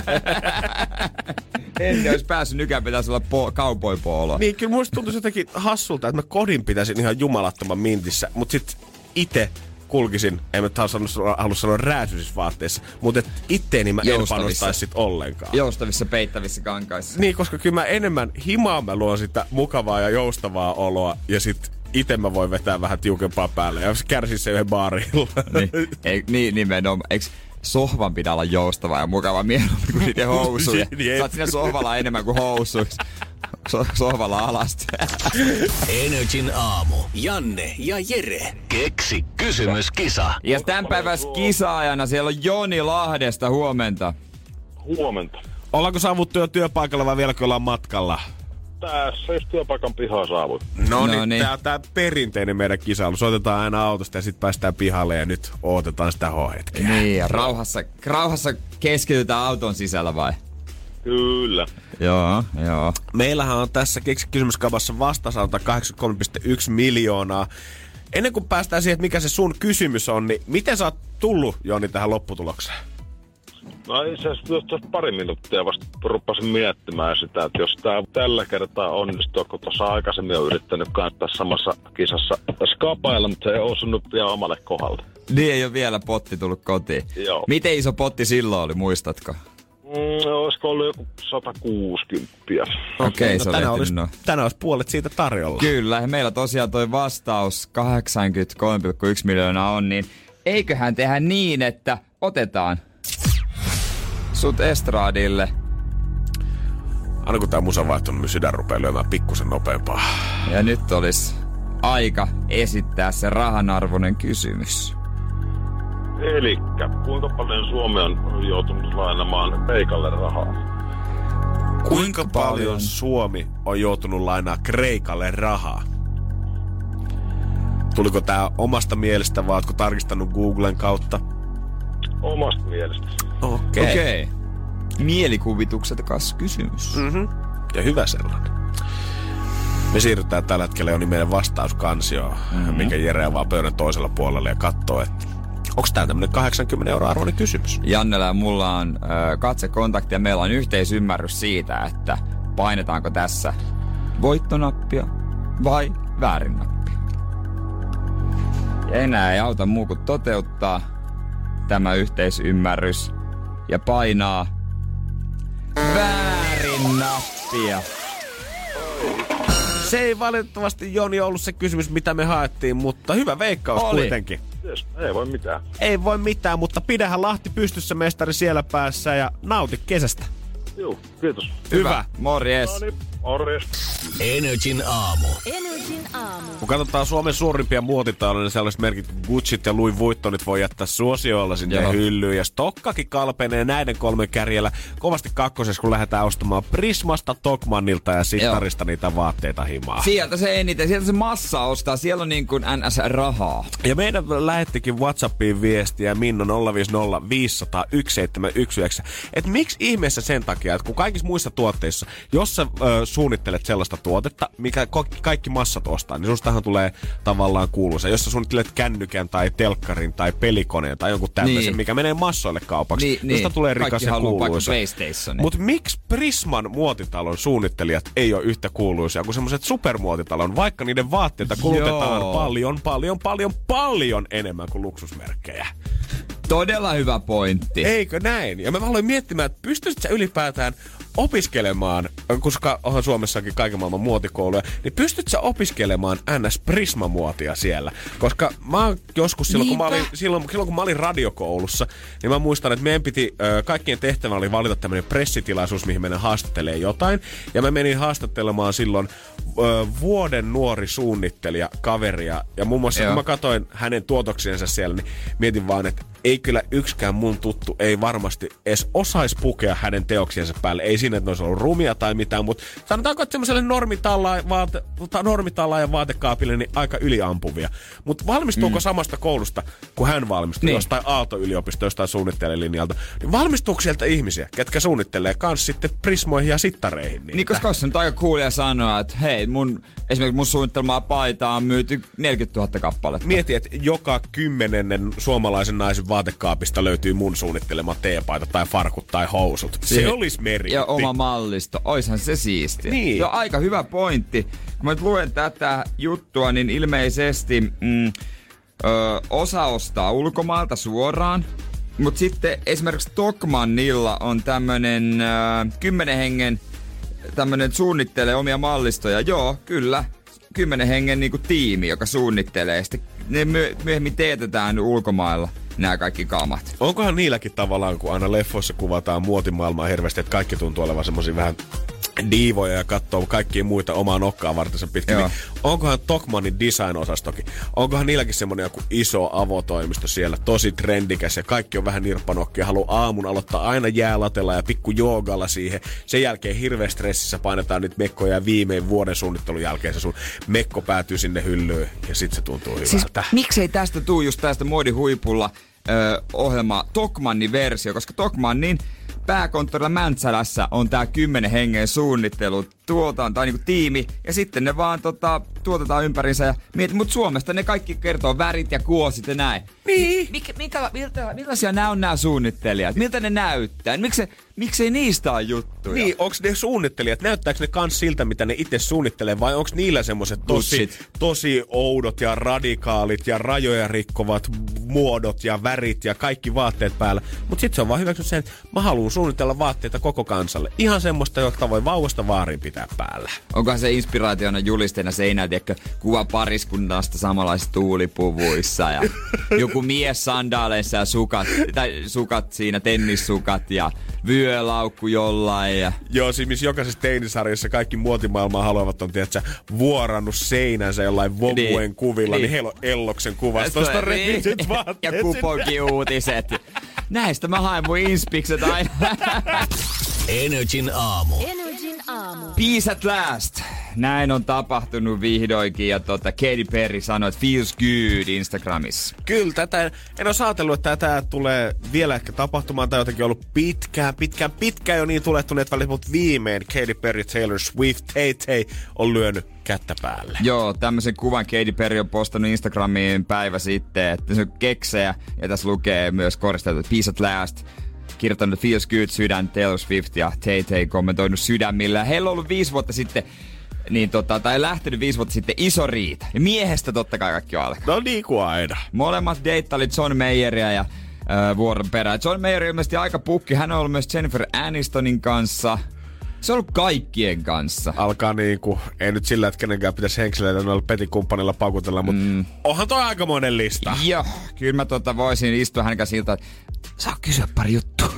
En olisi päässyt, nykään pitäisi olla po- cowboy-poolo. Niin, kyllä musta tuntuisi jotenkin hassulta, että mä kodin pitäisin ihan jumalattoman mintissä, mutta sit ite kulkisin, en mä halua sanoa rääsyisissä vaatteissa, mutta itteeni mä en panostaisi sit ollenkaan. Joustavissa, peittävissä kankaissa. Niin, koska kyllä mä enemmän himaa mä luon sitä mukavaa ja joustavaa oloa, ja sit ite mä voin vetää vähän tiukempaa päälle, ja kärsi se yhden baarilla. Niin, ei, niin nimenomaan. Eiks sohvan pitää olla joustava ja mukava mieluummin kuin niiden housuja. Sä oot siinä sohvalla enemmän kuin housuissa. So- sohvalla alasti. Energin aamu. Janne ja Jere. Keksi kysymyskisa. Ja tämän päivän kisaajana siellä on Joni Lahdesta. Huomenta. Huomenta. Ollaanko saavuttu jo työpaikalla vai vieläkö ollaan matkalla? Tässä jos työpaikan pihaa saavut. No, no niin, tää on tää perinteinen meidän kisailu. Soitetaan aina autosta ja sit päästään pihalle ja nyt odotetaan sitä H-hetkeä. Niin, ja rauhassa, rauhassa keskitytään auton sisällä vai? Kyllä. Joo, joo. Meillähän on tässä Keksi-kysymyskapassa vastasalta kahdeksankymmentäkolme pilkku yksi miljoonaa. Ennen kuin päästään siihen, että mikä se sun kysymys on, niin miten sä oot tullut, Joni, tähän lopputulokseen? No itse asiassa tuossa pari minuuttia vasta rupasin miettimään sitä, että jos tää tällä kertaa onnistuu, kun tuossa aikaisemmin on yrittänyt kannattaa samassa kisassa skapailla, mutta se ei osunut vielä omalle kohdalle. Niin ei ole vielä potti tullut kotiin. Joo. Miten iso potti silloin oli, muistatko? Mm, olisiko ollut joku sata kuusikymmentä. Okei, no, se tänään, oli olisi, no. tänään olisi puolet siitä tarjolla. Kyllä, ja meillä tosiaan toi vastaus kahdeksankymmentäkolme pilkku yksi miljoonaa on, niin eiköhän tehdä niin, että otetaan sut estradille. Aina kun tää musa vaihtunut, niin sydän rupeaa lyömään pikkusen nopeampaa. Ja nyt olisi aika esittää se rahanarvoinen kysymys. Elikkä, kuinka paljon Suomi on joutunut lainamaan Kreikalle rahaa? Kuinka paljon Suomi on joutunut lainaa Kreikalle rahaa? Tuliko tää omasta mielestä vai ootko tarkistanut Googlen kautta? Omasta mielestä. Okei. Okay. Okei. Okay. Mielikuvituksekas kysymys. Mm-hmm. Ja hyvä sellainen. Me siirrytään tällä hetkellä jo niin meidän vastauskansioon, mm-hmm. minkä Jere vaan pöydän toisella puolella ja katsoo, että onko tää tämmönen kahdeksankymmentä euroa arvoinen kysymys? Jannella ja mulla on ö, katsekontakti ja meillä on yhteisymmärrys siitä, että painetaanko tässä voittonappia vai väärin nappia. Ja enää ei auta muu kuin toteuttaa tämä yhteisymmärrys ja painaa väärin nappia. Se ei valitettavasti, Joni, ollut se kysymys, mitä me haettiin, mutta hyvä veikkaus Oli. kuitenkin. Yes, ei voi mitään. Ei voi mitään, mutta pidähän Lahti pystyssä, mestari siellä päässä, ja nauti kesästä. Joo, kiitos. Hyvä. Hyvä. Morjes. No niin, morjes. Energin aamu. Energin aamu. Kun katsotaan Suomen suurimpia muotitaloja, niin sellaiset merkit kuin Gucci't ja Louis Vuittonit voi jättää suosioilla sinne Joo. hyllyyn. Ja Stokkakin kalpenee näiden kolmen kärjellä kovasti kakkosessa, kun lähdetään ostamaan Prismasta, Tokmannilta ja Sittarista Joo. niitä vaatteita himaa. Sieltä se eniten, sieltä se massa ostaa, siellä on niin kuin N S-rahaa. Ja meidän lähettikin WhatsAppiin viestiä Minno nolla viisi nolla viisi nolla nolla yksi seitsemän yksi yhdeksän. Että miksi ihmeessä sen takia, että kun kaikissa muissa tuotteissa, jos sä ö, suunnittelet sellaista tuotetta, mikä kaikki massat ostaa, niin sustahan tulee tavallaan kuuluisa. Jos sä suunnittelet kännykän tai telkkarin tai pelikoneen tai jonkun tämmöisen, niin. mikä menee massoille kaupaksi, niin, josta niin. tulee rikas ja kuuluisa. Mutta miksi Prisman muotitalon suunnittelijat ei ole yhtä kuuluisia kuin semmoiset supermuotitalon, vaikka niiden vaatteita kulutetaan Joo. paljon, paljon, paljon, paljon enemmän kuin luksusmerkkejä? Todella hyvä pointti. Eikö näin? Ja mä aloin miettimään, että pystyisit sä ylipäätään opiskelemaan, koska onhan Suomessakin kaiken maailman muotikouluja, niin pystyt sä opiskelemaan N S-Prisma-muotia siellä? Koska mä oon joskus silloin, kun mä, olin, silloin, silloin kun mä olin radiokoulussa, niin mä muistan, että meidän piti, ö, kaikkien tehtävä oli valita tämmöinen pressitilaisuus, mihin mennään haastattelee jotain. Ja mä menin haastattelemaan silloin ö, vuoden nuori suunnittelija, kaveria. Ja muun muassa, Joo. kun mä katsoin hänen tuotoksiensa siellä, niin mietin vaan, että ei kyllä yksikään mun tuttu ei varmasti edes osaisi pukea hänen teoksiensa päälle. Ei siinä, että ne olisi ollut rumia tai mitään, mutta sanotaanko, että semmoiselle normitallaajan vaate, normitallaajan vaatekaapille niin aika yliampuvia. Mutta valmistuuko mm. samasta koulusta, kun hän valmistui niin. jostain Aalto-yliopistosta, jostain suunnittelijalinjalta, niin valmistuuko sieltä ihmisiä, ketkä suunnittelee kans sitten Prismoihin ja sittareihin niitä? Niin, koska se on aika coolia sanoa, että hei, mun, esimerkiksi mun suunnittelmaa paitaa on myyty neljäkymmentätuhatta kappaletta. Mieti, että joka kymmenennen suomalaisen naisen vaatekaapista löytyy mun suunnittelema teepaita tai farkut tai housut. Se ja, olisi meritti. Ja oma mallisto. Oishan se siistiä. Niin. Joo, aika hyvä pointti. Kun mä nyt luen tätä juttua, niin ilmeisesti mm, ö, osa ostaa ulkomailta suoraan. Mutta sitten esimerkiksi Tokmannilla on tämmönen ö, kymmenen hengen tämmönen suunnittelee omia mallistoja. Joo, kyllä. Kymmenen hengen niinku tiimi, joka suunnittelee. Sitten ne myö- myöhemmin teetetään ulkomailla nämä kaikki kamat. Onkohan niilläkin tavallaan, kun aina leffoissa kuvataan muotimaailmaa hirveästi, että kaikki tuntuu olevan semmosia vähän diivoja ja katsoo kaikkia muita omaa nokkaa vartensa pitkin. Niin onkohan Tokmannin design-osastokin, onkohan niilläkin semmonen joku iso avotoimisto siellä, tosi trendikäs ja kaikki on vähän nirppanokkia, haluaa aamun aloittaa aina jäälatella ja pikku joogalla siihen. Sen jälkeen hirveä stressissä painetaan nyt mekkoja ja viimein vuoden suunnittelun jälkeen se sun mekko päätyy sinne hyllyyn ja sit se tuntuu hyvältä. Siis miksei tästä tuu just tästä muodihuipulla ö, ohjelma Tokmannin versio, koska Tokmannin pääkonttorilla Mäntsälässä on tää kymmenen hengen suunnittelu tuotaan, tai niinku tiimi, ja sitten ne vaan tota, tuotetaan ympärinsä ja mietit, mut Suomesta ne kaikki kertoo värit ja kuosit ja näin. Niin. Mik, minkä, miltä, millaisia nämä on nämä suunnittelijat? Miltä ne näyttää? Miksei, miksei niistä ole juttuja? Niin, onks ne suunnittelijat, näyttääkö ne kans siltä, mitä ne itse suunnittelee, vai onks niillä semmoset tosi, tosi oudot ja radikaalit ja rajoja rikkovat muodot ja värit ja kaikki vaatteet päällä. Mutta sitten se on vaan hyväksynyt sen, että mä haluan suunnitella vaatteita koko kansalle. Ihan semmoista, jota voi vauvasta vaariin pitää päällä. Onkohan se inspiraationa julisteena seinää, tiedätkö, kuva pariskunnasta samanlaisissa tuulipuvuissa ja joku mies sandaaleissa ja sukat, tai sukat siinä, tennissukat ja vyölaukku jollain. Ja... Joo, siis missä jokaisessa teinisarjassa kaikki muotimaailmaa haluavat on, tiedätkö, vuorannut seinänsä jollain Vovuen niin, kuvilla, niin. niin heillä on Elloksen kuvastosta repityt niin. vaatteet. Ja kuponkin uutiset. Näistä mä haen mun inspikset aina. Energin aamu. Energin aamu. Peace at last. Näin on tapahtunut vihdoinkin ja tota, Katy Perry sanoi, että feels good Instagramissa. Kyllä, tätä en ole ajatellut, että tämä tulee vielä ehkä tapahtumaan tai jotenkin ollut pitkään, pitkään, pitkään jo niin tulettuneet välit, mutta viimein Katy Perry, Taylor Swift, Tay Tay on lyönyt kättä päälle. Joo, tämmöisen kuvan Katy Perry on postannut Instagramiin päivä sitten, että se on keksejä ja tässä lukee myös koristeltu Peace at last. Kirjoittanut Feels Good sydän, Taylor Swift ja Tay Tay kommentoinut sydämillä. Heillä on ollut viisi vuotta sitten, niin tota, tai lähtenyt viisi vuotta sitten iso riita. Ja miehestä totta kai kaikki on alkaa. No niin kuin aina. Molemmat deittaili John Mayeria ja äh, vuoron perään. John Mayer ilmeisesti aika pukki. Hän on ollut myös Jennifer Anistonin kanssa. Se on ollut kaikkien kanssa. Alkaa niinku, ei nyt sillä, että kenenkään pitäisi henkseleitä noilla petikumppanilla paukutella, mutta mm. onhan toi aikamoinen lista. Joo, kyllä mä tota voisin istua hänen kanssa siltä, että saa kysyä pari juttua.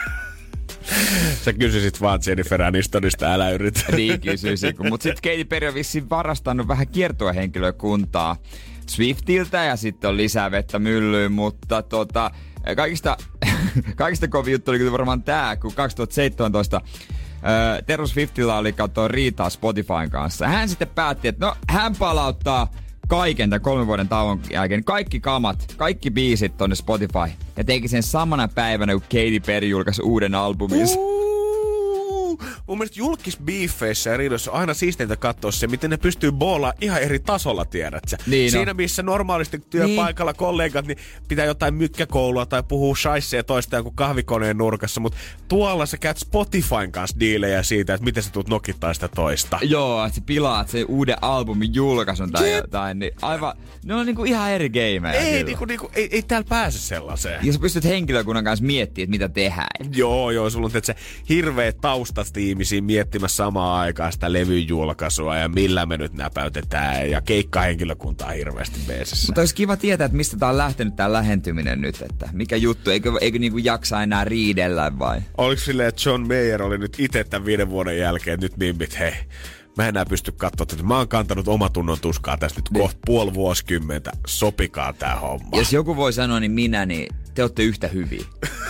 Sä kysyisit vaan Jennifer Anistonista, älä yritä. Niin kysyisin, mutta sitten Katy Perry on vissiin varastanut vähän kiertuehenkilökuntaa Swiftiltä ja sitten on lisää vettä myllyyn, mutta tota, kaikista, kaikista kovin juttu oli kyllä varmaan tää, kun kaksituhattaseitsemäntoista Äh, Taylor Swiftillä oli katsoa riitaa Spotifyn kanssa. Hän sitten päätti, että no hän palauttaa kaiken tämän kolmen vuoden tauon jälkeen. Kaikki kamat, kaikki biisit tonne Spotify. Ja teki sen samana päivänä, kun Katy Perry julkaisi uuden albuminsa. Uh, mun mielestä julkisbiifeissä ja riidoissa on aina siisteintä katsoa se, miten ne pystyy boolaamaan ihan eri tasolla, tiedät sä. Niin Siinä, no. missä normaalisti työpaikalla niin. kollegat niin pitää jotain mykkäkoulua tai puhuu shaisseja toista jonkun kahvikoneen nurkassa, mutta tuolla sä käyt Spotifyn kanssa diilejä siitä, että miten sä tulet nokittaa sitä toista. Joo, että sä pilaat sen uuden albumin julkaisun tai Jep. jotain, niin aivan, ne on niinku ihan eri gameja. Ei, niinku, niinku, ei, ei täällä pääse sellaiseen. Ja sä pystyt henkilökunnan kanssa miettimään, että mitä tehdään. Joo, joo, sulla on se hirveä taustatiimisiä miettimässä samaan aikaan sitä levyn julkaisua ja millä me nyt näpäytetään ja keikkahenkilökuntaa hirveästi beesissä. Mutta olisi kiva tietää, että mistä tää on lähtenyt tää lähentyminen nyt, että mikä juttu, eikö, eikö niinku jaksa enää riidellä vai? Oliko silleen, että John Mayer oli nyt itse tämän viiden vuoden jälkeen, että nyt mimmit, hei, mä enää pysty katsoa, että mä oon kantanut omatunnon tuskaa tässä nyt niin. kohta puoli vuosikymmentä, sopikaa tää homma. Jos joku voi sanoa, niin minä, niin te ootte yhtä hyviä.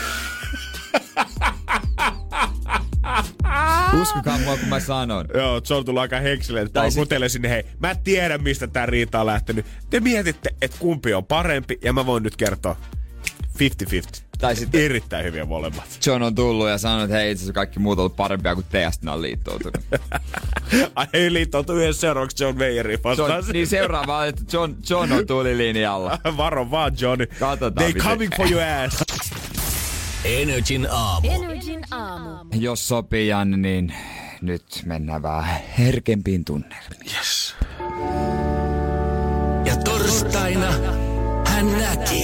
Uskokaa mua, kun mä sanon. Joo, John tullut aika henksilöön, että mä kutelen sinne, hei, mä tiedän, mistä tää riita on lähtenyt. Te mietitte, että kumpi on parempi, ja mä voin nyt kertoa viisikymmentä viisikymmentä. Tai sitten erittäin hyviä molemmat. John on tullut ja sanonut, että hei, itse asiassa kaikki muut on ollut parempia kuin te, ja sitten on liittoutunut. Ai ei liittoutu yhdessä seuraavaksi John Mayerin vastaan. Niin seuraava, että John, John on tulilinjalla. Varo vaan, Johnny. Katsotaan. They coming for your ass. Energin aamu. Energin aamu. Jos sopii, Janne, niin nyt mennään vähän herkempiin tunnelmiin. Yes. Ja torstaina hän näki,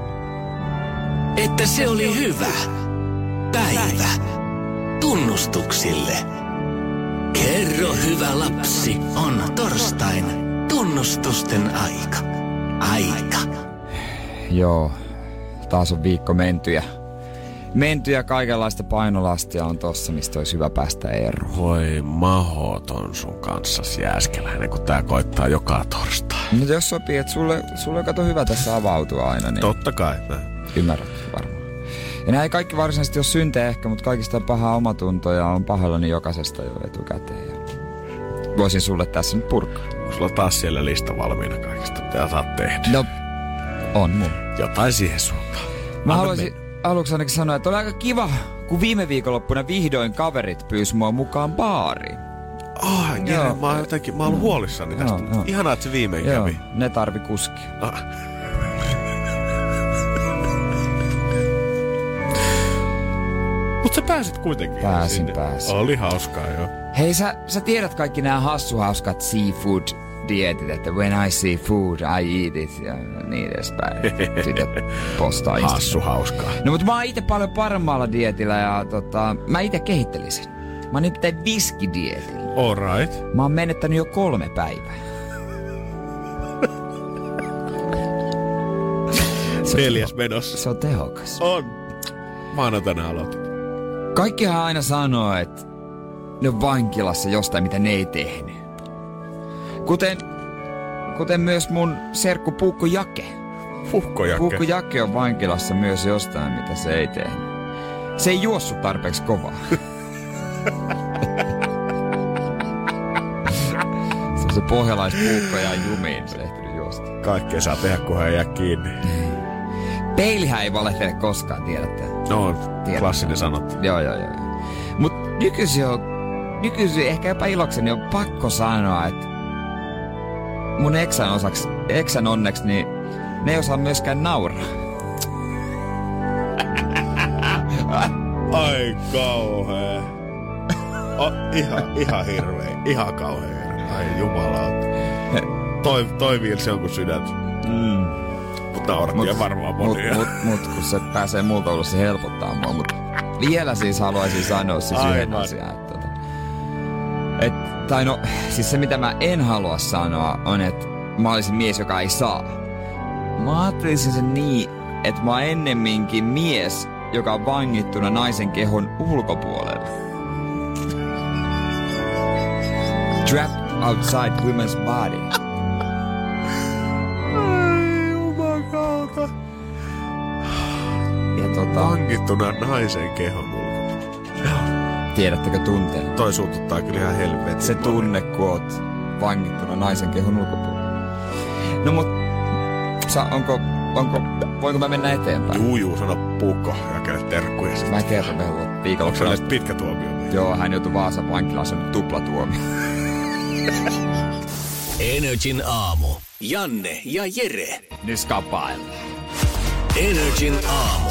että se oli hyvä päivä tunnustuksille. Kerro, hyvä lapsi, on torstain tunnustusten aika. Aika. Joo, taas on viikko menty ja menty ja kaikenlaista painolastia on tossa, mistä olisi hyvä päästä eroon. Voi mahoton sun kanssasi Jääskeläinen, kun tää koittaa joka torstai. Mutta jos sopii, että sulle, sulle kato hyvä tässä avautua aina, niin... Totta kai. Ymmärrät varmaan. Ja nämä ei kaikki varsinaisesti ole syntejä ehkä, mutta kaikista on pahaa omatuntoa ja on pahoillani jokaisesta jo etukäteen. Ja voisin sulle tässä nyt purkaa. Sulla on taas siellä lista valmiina kaikista, mitä saat tehdä. No, on mun. Jotain siihen suuntaan. Mä haluaisin aluksi ainakin sanoa, että oli aika kiva, kun viime viikonloppuna vihdoin kaverit pyysi mua mukaan baariin. Ah, oh, Jere, mä oon jotenkin, mä oon huolissani tästä. Joo, joo. Ihanaa, että se viimein joo, kävi. Ne tarvi kuskia. Ah. Mut sä pääsit kuitenkin. Pääsin, pääsin. Oli hauskaa, joo. Hei, sä, sä tiedät kaikki nämä hassuhauskat seafood dietit, että when I see food, I eat it ja niin edespäin. Sitten postaa Instagram. Hassu hauskaa. No mutta mä oon ite paljon paremmalla dietillä ja tota, mä ite kehittelisin. Mä oon nimittäin viskidietillä. All right. Mä oon menettänyt jo kolme päivää. Neljäs menossa. Se on tehokas. On. Maanantaina aloitin. Kaikkihan aina sanoo, että ne on vankilassa jostain, mitä ne ei tehnyt. Kuten, kuten myös mun serkku Puukko Jake. Puukko Jake. Puukko Jake on vankilassa myös jostain, mitä se ei tehnyt. Se ei juossut tarpeeksi kovaa. Se on se pohjalaispuukko ja jumiin, se ei ehtinyt juosta. Kaikkea saa tehdä, kunhan ei jää kiinni. Peilihän ei valehtele koskaan, tiedätte. No, Tiedätte. klassinen sanottu. Joo, joo, joo. Mut nykyisin on, nykyisin ehkä jopa ilokseni on pakko sanoa, että mun eksän osaks, eksän onneksi, niin ne ei osaa myöskään nauraa. Ai kauhea. Oh, ihan, ihan hirveä. Ihan kauhea. Ai jumalauta. Toi, toi Vilsi on kuin sydät. Mm. Mut naurattiin varmaan monia. Mut, mut, mut kun se pääsee multa ulos, se helpottaa mua. Mut vielä siis haluaisin sanoa siis yhden asian. Että, tota, et, tai no, siis se mitä mä en halua sanoa on, että mä olisin mies, joka ei saa. Mä ajattelisin sen niin, että mä oon ennemminkin mies, joka on vangittuna naisen kehon ulkopuolella. Trapped outside women's body. Ja tota... Vangittuna naisen kehon ulkopuolella. Tiedättekö tunteen? Toi suututtaa kyllä ihan helvetin. Se tunne, kun oot vangittuna naisen kehon ulkopuolella. No mut, sa, onko, onko, voinko mä mennä eteenpäin? Juu, juu, sano Puukko Jakelle terkkuja. Mä kerron vielä viikonloppuna. Onko se pitkä tuomio? Joo, hän joutui Vaasan vankilaan, se on tuplatuomio. Energin aamu. Janne ja Jere. Nyt skapaillaan. Energin aamu.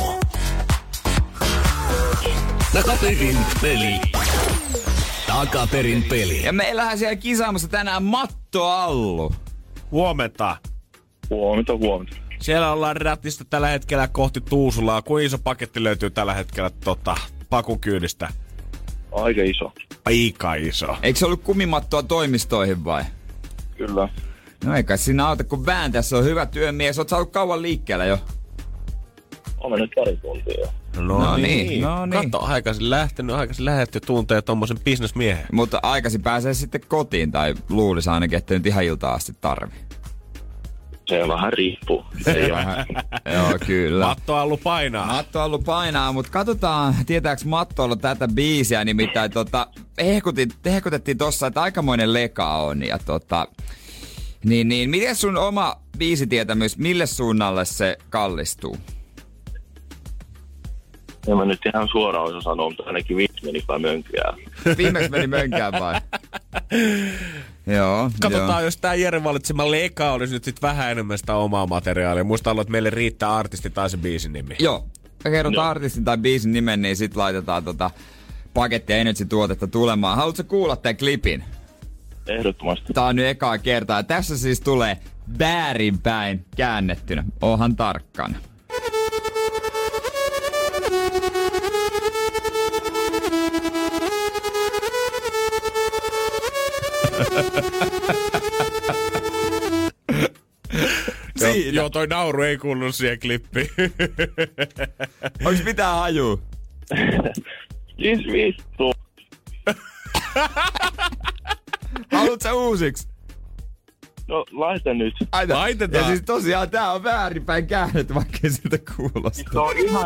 Takaperin peli. Takaperin peli. Ja meillähän siellä kisaamassa tänään Matto Allu. Huomenta. Huomenta, huomenta. Siellä ollaan ratista tällä hetkellä kohti Tuusulaa. Kuinka iso paketti löytyy tällä hetkellä tota, pakun kyydistä? Aika iso. Aika iso. Eikö se ollut kumimattoa toimistoihin vai? Kyllä. No eikä siinä auta kun vääntää, se on hyvä työmies. Oot saanut kauan liikkeellä jo. Olen nyt pari tuntia jo. No, No niin. niin, no niin. Kato, aikaisin lähtenyt, aikaisin lähetty tuntee tommosen bisnesmiehen. Mutta aikaisin pääsee sitten kotiin, tai luulisi ainakin, että nyt ihan iltaan asti tarvii. Se vähän riippuu. Joo, kyllä. Matto Allu painaa. Matto Allu painaa, mutta katsotaan, tietääks Matto Allu tätä biisiä, nimittäin tota, hehkutettiin tossa, että aikamoinen leka on, ja tota, niin, niin, miten sun oma biisitietämys, mille suunnalle se kallistuu? En mä nyt ihan suoraan osaa sanoa, mutta ainakin viisi meni kai mönkään. Viimeksi meni mönkään vai? Joo. Katsotaan, joo. jos tää Jere valitsema leka olisi nyt sit vähän enemmän sitä omaa materiaalia. Muista olla, että meille riittää artisti tai se biisin nimi. Joo. Ja kerrot No. artistin tai biisin nimen, niin sit laitetaan tota pakettia Energy-tuotetta tulemaan. Haluatko kuulla tän klipin? Ehdottomasti. Tää on nyt ekaa kertaa. Ja tässä siis tulee väärinpäin käännettynä. Ohan tarkkana. Siinä. Joo, toi nauru ei kuulunut siihen klippiin. Onks mitään hajuu? Siis vittu. Haluatko sä uusiksi? No laita nyt. Aina. Laitetaan. Ja siis tosiaan tää on väärinpäin käännetty, vaikka siltä kuulosta. No ihan...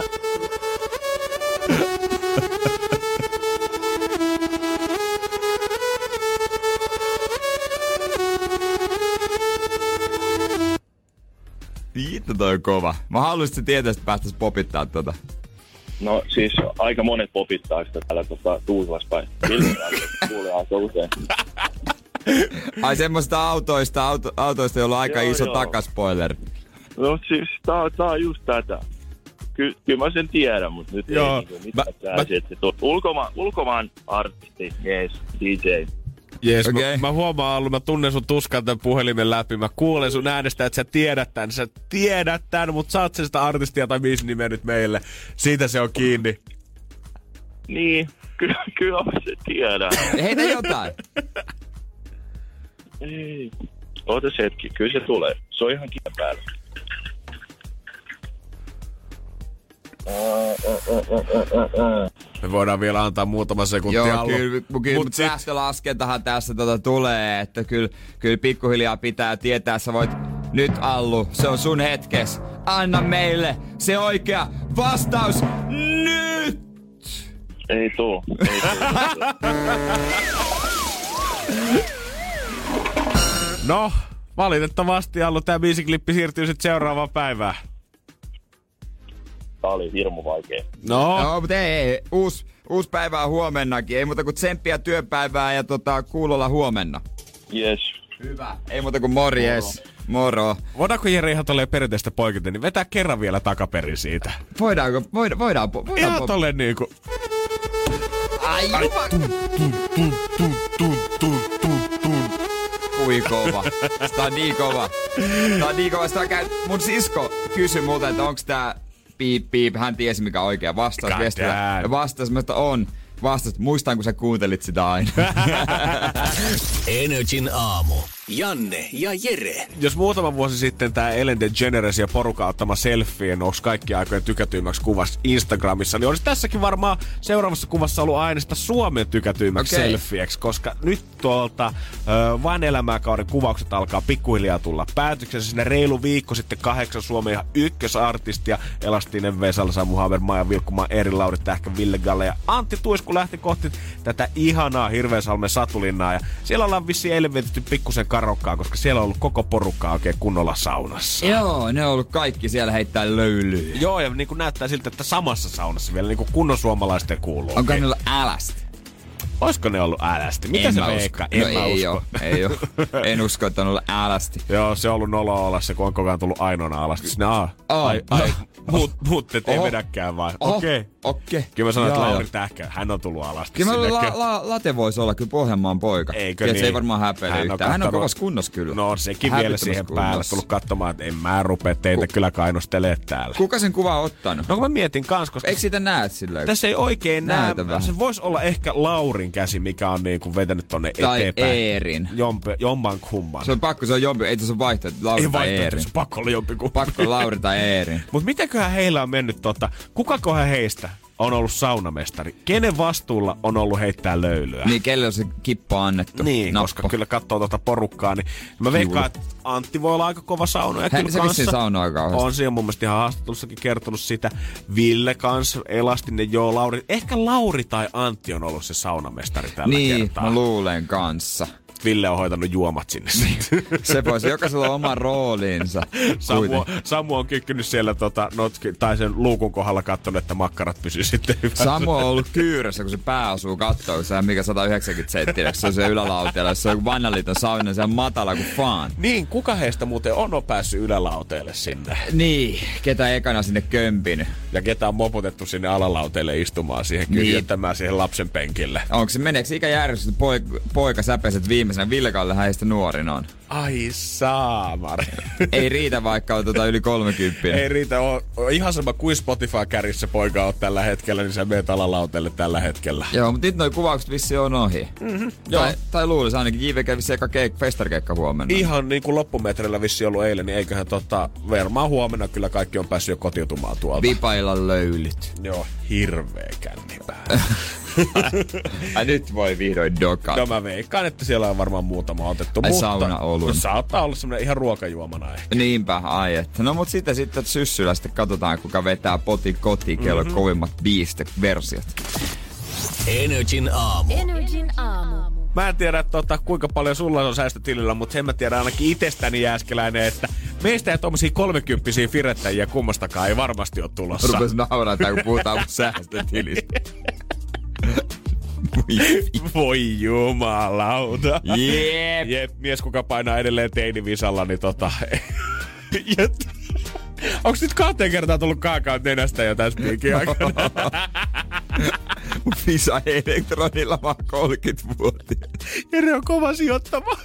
Vittu toi on kova. Mä haluaisin tietää, että päästäis popittaa tota. No siis aika monet popittaa sitä täällä tota, Tuusulassa päin. Ilmeisesti kuulee aika usein. Ai semmoista autoista, auto, autoista, joilla on aika Joo, iso joo. takaspoiler. No siis tää, on- tää on just tätä. Ky- kyllä mä sen tiedän, mutta nyt Joo, ei niinku mitään mä- tää mä- sitten. Ulkomaan, ulkomaan artisti, jees, D J. Jees, Okei. mä, mä huomaan ollut, mä tunnen sun tuskan tämän puhelimen läpi. Mä kuulen sun äänestä, että sä tiedät tän. Sä tiedät tän, mutta saat sen sitä artistia tai biisin nimeä nyt meille. Siitä se on kiinni. Niin, kyllä, kyllä mä se tiedän. Heitä jotain. Ei. Ootas hetki, kyllä se tulee. Se on ihan kiinni päällä. Me voidaan vielä antaa muutama sekunti Joo, allu. kyllä, kyllä mutta sit- säästölaskentahan tässä tota tulee, että kyllä, kyllä pikkuhiljaa pitää tietää, sä voit nyt Allu, se on sun hetkes. Anna meille se oikea vastaus nyt! Ei tuu, ei tuu. No, valitettavasti Allu, tää biisiklippi siirtyy sitten seuraavaan päivään. Tää oli hirmu vaikea. No, No, mutta ei, ei. Uusi, uusi päivä on huomennakin. Ei muuta kuin tsemppiä työpäivää ja tota, kuulolla huomenna. Yes. Hyvä. Ei muuta kuin morjes. Moro. voidaanko Jere ihan tolleen perinteistä poiketen, niin vetää kerran vielä takaperin siitä? Voidaanko? Voida, voidaan, voidaan, Ihan voidaan. tolleen niinku... Ai, Ai, jupa. tun, tun, tun, tun, tun, tun, tun, tun. Kui kova. Sitä on niin kova. Tää on niin kova. Sitä on käy... Mun sisko kysyi multa, että onks tää piip piip. Hän tiesi mikä on oikea vastaus. God Viestillä. damn. Ja vastaus, että on. Vastaus, muistan kun sä kuuntelit sitä aina. Energin aamu. Janne ja Jere. Jos muutama vuosi sitten tää Ellen DeGeneres ja porukan ottama selfie nousi kaikki aikojen tykätyimmäksi kuvassa Instagramissa, niin olisi tässäkin varmaan seuraavassa kuvassa ollut aina sitä Suomen tykätyimmäksi Okei. selfieksi, koska nyt tuolta ö, Vain elämää kauden kuvaukset alkaa pikkuhiljaa tulla päätöksessä. Sinne reilu viikko sitten kahdeksan Suomen ihan ykkösartistia, Elastinen Vesala, Samu Haber, Maija Vilkkumaa, Eeri Lauri Tähkä, Ville Galle ja Antti Tuisku lähti kohti tätä ihanaa Hirveänsalmen Satulinnaa, ja siellä ollaan vissiin eilen vietetty pikkusen karokkaa, koska siellä on ollut koko porukkaa oikein kunnolla saunassa. Joo, ne on ollut kaikki siellä heittää löylyä. Joo, ja niin kuin näyttää siltä, että samassa saunassa vielä niin kuin kunnon suomalaisten kuuluu. Onko Okei. ne ollut älästä? Olisiko ne ollut älästi? Mitä En se mä veikkaa? usko. En No mä ei usko. oo, ei oo. En usko, että on ollut älästi. Joo, se on ollut nolo olla se, kun on koko ajan tullut ainoana alasti. Sinne, aa, Aa. ai, ai, muut, muut et ei Oho. vedäkään vaan. Oho. Okei. Okei. Kyllä mä sanoin, että Joo, Lauri joo. Tähkä, hän on tullut alasti Kyllä mä sinne. la, la, Late voisi olla kyllä Pohjanmaan poika. Eikö Tiedät, niin? Se ei varmaan häpeile Hän on yhtään. Hän on kattonut- kovassa kunnossa kyllä. No sekin vielä Hävyttömässä siihen päälle. kunnossa. Tullut katsomaan, että en mä rupea teitä kyllä kainostelemaan täällä. Kuka sen kuva on ottanut? No kun mä mietin kans, koska Eikö siitä näet silleen? tässä ei oikein näe. Näytä vähän. Se voisi olla ehkä Laurin käsi, mikä on niinku vetänyt tonne Tai eteenpäin. Eerin. Jompe, jomman kumman. Se on pakko, se on jompi. Ei tässä ole vaihtoehto. Lauri ei tai vaihtoehto, Eerin. se on pakko olla jompikumpi. Pakko Lauri tai Eerin. Mut mitenköhän heillä on mennyt tota, kukakohan heistä on ollut saunamestari? Kenen vastuulla on ollut heittää löylyä? Niin, kelle on se kippo annettu? Niin, Nappo. koska kyllä katsoo tuota porukkaa, niin mä veikkaan, että Antti voi olla aika kova saunoja Hän- kyllä se kanssa. vissiin saunoo kauheasti. On se on mun mielestä ihan haastattelussakin kertonut sitä. Ville kanssa, Elastinen, joo, Lauri. Ehkä Lauri tai Antti on ollut se saunamestari tällä Niin, kertaa. mä luulen kanssa. Ville on hoitanut juomat sinne. Se voisi, jokaisella on oma roolinsa. Samu, Kuitenkin. Samu on kykkynyt siellä tota, notki, tai sen luukun kohdalla katsonut, että makkarat pysyy sitten hyvässä. Samu on ollut kyyrössä, kun se pää osuu kattoon, kun se on mikä sata yhdeksänkymmentä senttiä, se on se ylälauteella. Se on Vanhaliiton sauna, se on matala kuin faan. Niin, kuka heistä muuten on päässyt ylälauteelle sinne? Niin, ketä ekana sinne kömpin. Ja ketä on moputettu sinne alalauteelle istumaan siihen, Niin. kyljöttämään siihen lapsen penkille. Onko se, meneekö se ikäjärjestys, että poika, poika säpäiset viimeisenä? Ville Kalle heistä nuorin on. Ai saamari. Ei riitä, vaikka on tota yli kolmekymppinen. Ei riitä, on, on ihan sama kuin Spotify-kärjissä poika on tällä hetkellä, niin sä meet alalauteelle tällä hetkellä. Joo, mutta nyt noi kuvaukset vissi on ohi. Mm-hmm, joo. Tai, tai luulisi ainakin J V kävi eka keik, festarikeikka huomenna. Ihan niin kuin loppumetreillä vissi ollut eilen, niin eiköhän tota, varmaan huomenna kyllä kaikki on päässyt jo kotiutumaan tuolta. Vipailla löylyt. Joo, hirveä kännipää. Ai nyt voi vihdoin dokata. No mä veikkaan, että siellä on varmaan muutama otettu. Ai mutta saunaoluen. saattaa olla semmoinen ihan ruokajuomana ehkä. Niinpä, ai että. No mut sitten sitten syssyllä sitten katsotaan, kuka vetää potin kotiin, kello mm-hmm. kovimmat biiste-versiot. Energin aamu. Energin aamu. Mä en tiedä, tota, kuinka paljon sulla on säästötilillä, mutta sen mä tiedän ainakin itsestäni Jääskeläinen, että meistä ja tommosia kolmekymppisiä firettäjiä kummastakaan ei varmasti ole tulossa. Rupes nauraa tää, kun puhutaan mun säästötilistä. Voi jumalauta. Jep. Jep, mies kuka painaa edelleen teinivisalla, niin tota... Ja t- Onks nyt kahteen kertaan tullut kaakaot nenästä jo tässä piikin aikana? Mun Visa elektronilla vaan kolmekymmentävuotias. Jere on kova sijoittama.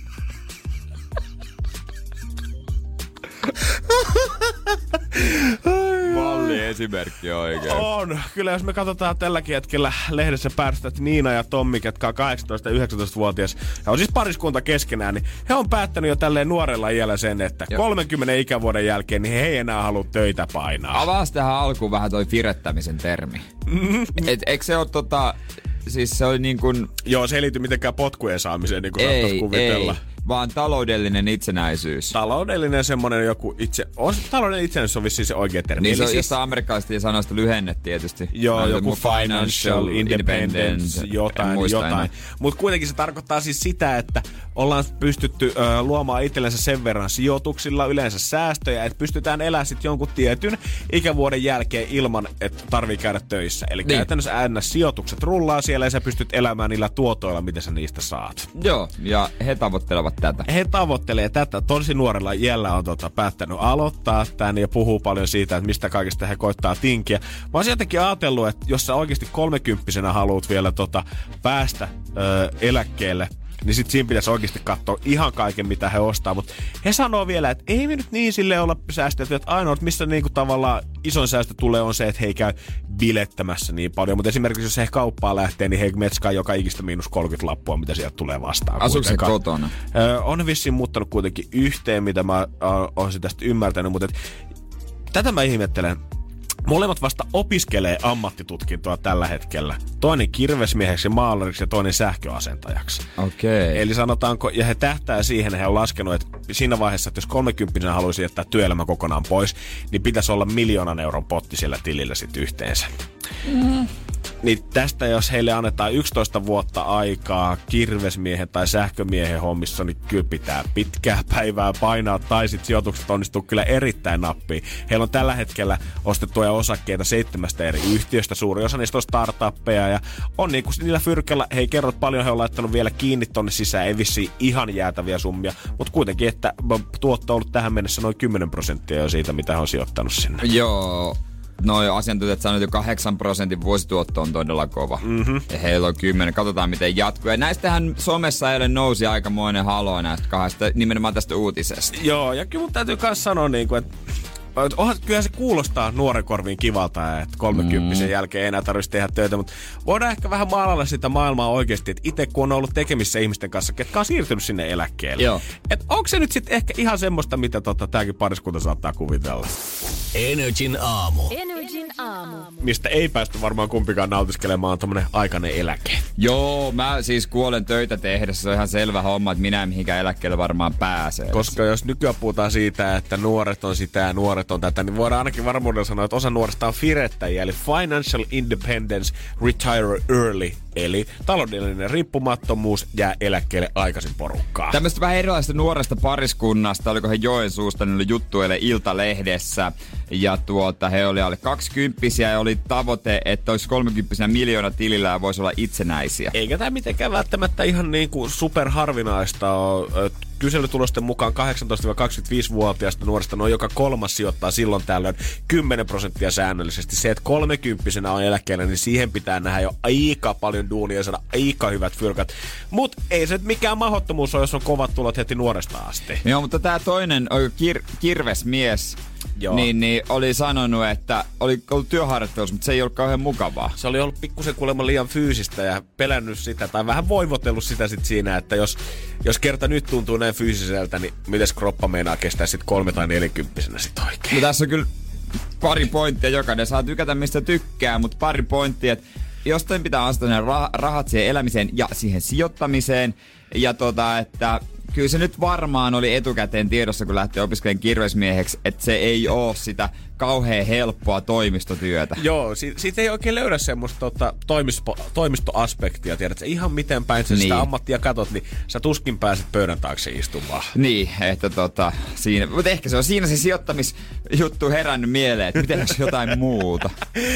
Malli esimerkki oikein. On. Kyllä jos me katsotaan tälläkin hetkellä lehdessä päästä, että Niina ja Tommi, ketkä on kahdeksantoista- ja yhdeksäntoistavuotias, ja on siis pariskunta keskenään, niin he on päättänyt jo tälleen nuorella iällä sen, että Joo. kolmenkymmenen ikävuoden jälkeen niin he ei enää halua töitä painaa. Avaas tähän alkuun vähän toi firettämisen termi. Mm-hmm. Et, eikö se ole tota, siis se oli niin kuin... Joo, se ei liity mitenkään potkujen saamiseen, niin kuin saattaisi kuvitella. Ei. Vaan taloudellinen itsenäisyys. Taloudellinen semmonen joku itse... On, taloudellinen itsenäisyys on vissiin se oikea termi. Niin se on siis... jostain amerikkalaisesti sanoista lyhenne tietysti. Joo, joku financial independence, jotain, jotain. Mutta kuitenkin se tarkoittaa siis sitä, että ollaan pystytty ö, luomaan itsellensä sen verran sijoituksilla, yleensä säästöjä, että pystytään elämään sitten jonkun tietyn ikävuoden jälkeen ilman, että tarvii käydä töissä. Eli niin. Käytännössä äännä sijoitukset rullaa siellä ja sä pystyt elämään niillä tuotoilla, mitä sä niistä saat. Joo, ja he tavoittelevat tätä. He tavoittelee tätä. Tosi nuorella iällä on tota, päättänyt aloittaa tän ja puhuu paljon siitä, että mistä kaikesta he koittaa tinkiä. Mä oon jotenkin ajatellut, että jos sä oikeasti kolmekymppisenä haluat vielä tota, päästä ö, eläkkeelle, niin sit siinä pitäisi oikeasti katsoa ihan kaiken, mitä he ostaa. Mutta he sanoo vielä, että ei me nyt niin silleen olla säästetty, että ainoa, missä niinku tavallaan isoin säästö tulee, on se, että he ei käy bilettämässä niin paljon. Mutta esimerkiksi jos he kauppaan lähtee, niin he metskaa joka ikistä miinus kolmekymmentä lappua, mitä sieltä tulee vastaan. Asuuko se kotona? Ö, on vissiin muuttanut kuitenkin yhteen, mitä mä oon tästä ymmärtänyt. Mutta et, tätä mä ihmettelen. Molemmat vasta opiskelee ammattitutkintoa tällä hetkellä. Toinen kirvesmieheksi, maalariksi ja toinen sähköasentajaksi. Okei. Okay. Eli sanotaanko, ja he tähtää siihen, he on laskenut, että siinä vaiheessa, että jos kolmekymppisenä haluaisi jättää työelämä kokonaan pois, niin pitäisi olla miljoonan euron potti siellä tilillä sitten yhteensä. Mm. Niin tästä, jos heille annetaan yksitoista vuotta aikaa kirvesmiehen tai sähkömiehen hommissa, niin kyllä pitää pitkää päivää painaa, tai sitten sijoitukset onnistuu kyllä erittäin nappiin. Heillä on tällä hetkellä ostettuja osakkeita seitsemästä eri yhtiöstä, suuri osa niistä on startuppeja, ja on niin kuin niillä fyrkellä, he ei kerro paljon, he on laittanut vielä kiinni tonne sisään, ei vissiin ihan jäätäviä summia, mutta kuitenkin, että tuotto on ollut tähän mennessä noin kymmenen prosenttia jo siitä, mitä he on sijoittanut sinne. Joo. Noi asiantuntijat sanoivat, että jo kahdeksan prosentin vuosituotto on todella kova. Mm-hmm. Ja heillä on kymmenen. Katsotaan, miten jatkuu. Ja näistähän somessa eilen nousi aikamoinen halo näistä kahdesta, nimenomaan tästä uutisesta. Joo, ja kyllä mun täytyy myös sanoa, niin kuin, että onhan, kyllähän se kuulostaa nuoren korviin kivalta, että kolmekymppisen mm. jälkeen ei enää tarvitsisi tehdä töitä, mutta voidaan ehkä vähän maalalla sitä maailmaa oikeasti, että itse kun on ollut tekemissä ihmisten kanssa, ketkä on siirtynyt sinne eläkkeelle. Joo. Että onko se nyt sitten ehkä ihan semmoista, mitä tota, tämäkin pariskunta saattaa kuvitella? Energin aamu. Energin aamu. Mistä ei päästy varmaan kumpikaan nautiskelemaan, on tommonen aikainen eläke. Joo, mä siis kuolen töitä tehdessä. Se on ihan selvä homma, että minä en mihinkään eläkkeelle varmaan pääsee. Koska jos nykyään puhutaan siitä, että nuoret on sitä ja nuoret on tätä, niin voidaan ainakin varmuudella sanoa, että osa nuorista on firettäjiä, eli Financial Independence Retire Early. Eli taloudellinen riippumattomuus jää eläkkeelle aikaisin porukkaa. Tämmöistä vähän erilaista nuoresta pariskunnasta, oliko he Joensuusta, niin oli juttu eilen Iltalehdessä. Ja tuota, he oli alle kaksikymppisiä ja oli tavoite, että olisi kolmekymppisenä miljoona tilillä ja voisi olla itsenäisiä. Eikä tämä mitenkään välttämättä ihan niin kuin superharvinaista ole. Kyselytulosten mukaan kahdeksantoista-kaksikymmentäviisivuotiaista nuorista noin joka kolmas sijoittaa silloin tällöin kymmenen prosenttia säännöllisesti. Se, että kolmekymppisenä on eläkkeellä, niin siihen pitää nähdä jo aika paljon duunia ja saada aika hyvät fyrkat. Mut ei se mikään mahdottomuus ole, jos on kovat tulot heti nuoresta asti. Joo, mutta tää toinen kir- kirvesmies, niin, niin oli sanonut, että oli ollut työharjoittelussa, mutta se ei ollut kauhean mukavaa. Se oli ollut pikkusen kuulemma liian fyysistä ja pelännyt sitä tai vähän voivotellut sitä sit siinä, että jos, jos kerta nyt tuntuu näin fyysiseltä, niin mites kroppa meinaa kestää sit kolme tai nelinkymppisenä sit oikein? No tässä on kyllä pari pointtia, jokainen saa tykätä mistä tykkää, mutta pari pointtia, että jostain pitää asettaa rah- rahat siihen elämiseen ja siihen sijoittamiseen ja tota, että kyllä se nyt varmaan oli etukäteen tiedossa, kun lähti opiskelemaan kirvesmieheksi, että se ei oo sitä kauhean helppoa toimistotyötä. Joo, si- siitä ei oikein löydä semmoista tota, toimisto- toimistoaspektia, tiedätkö? Ihan miten päin sä niin. sitä ammattia katot, niin sä tuskin pääset pöydän taakse istumaan. Niin, että tota, siinä, mutta ehkä se on siinä se sijoittamisjuttu herännyt mieleen, että miten olisi jotain muuta.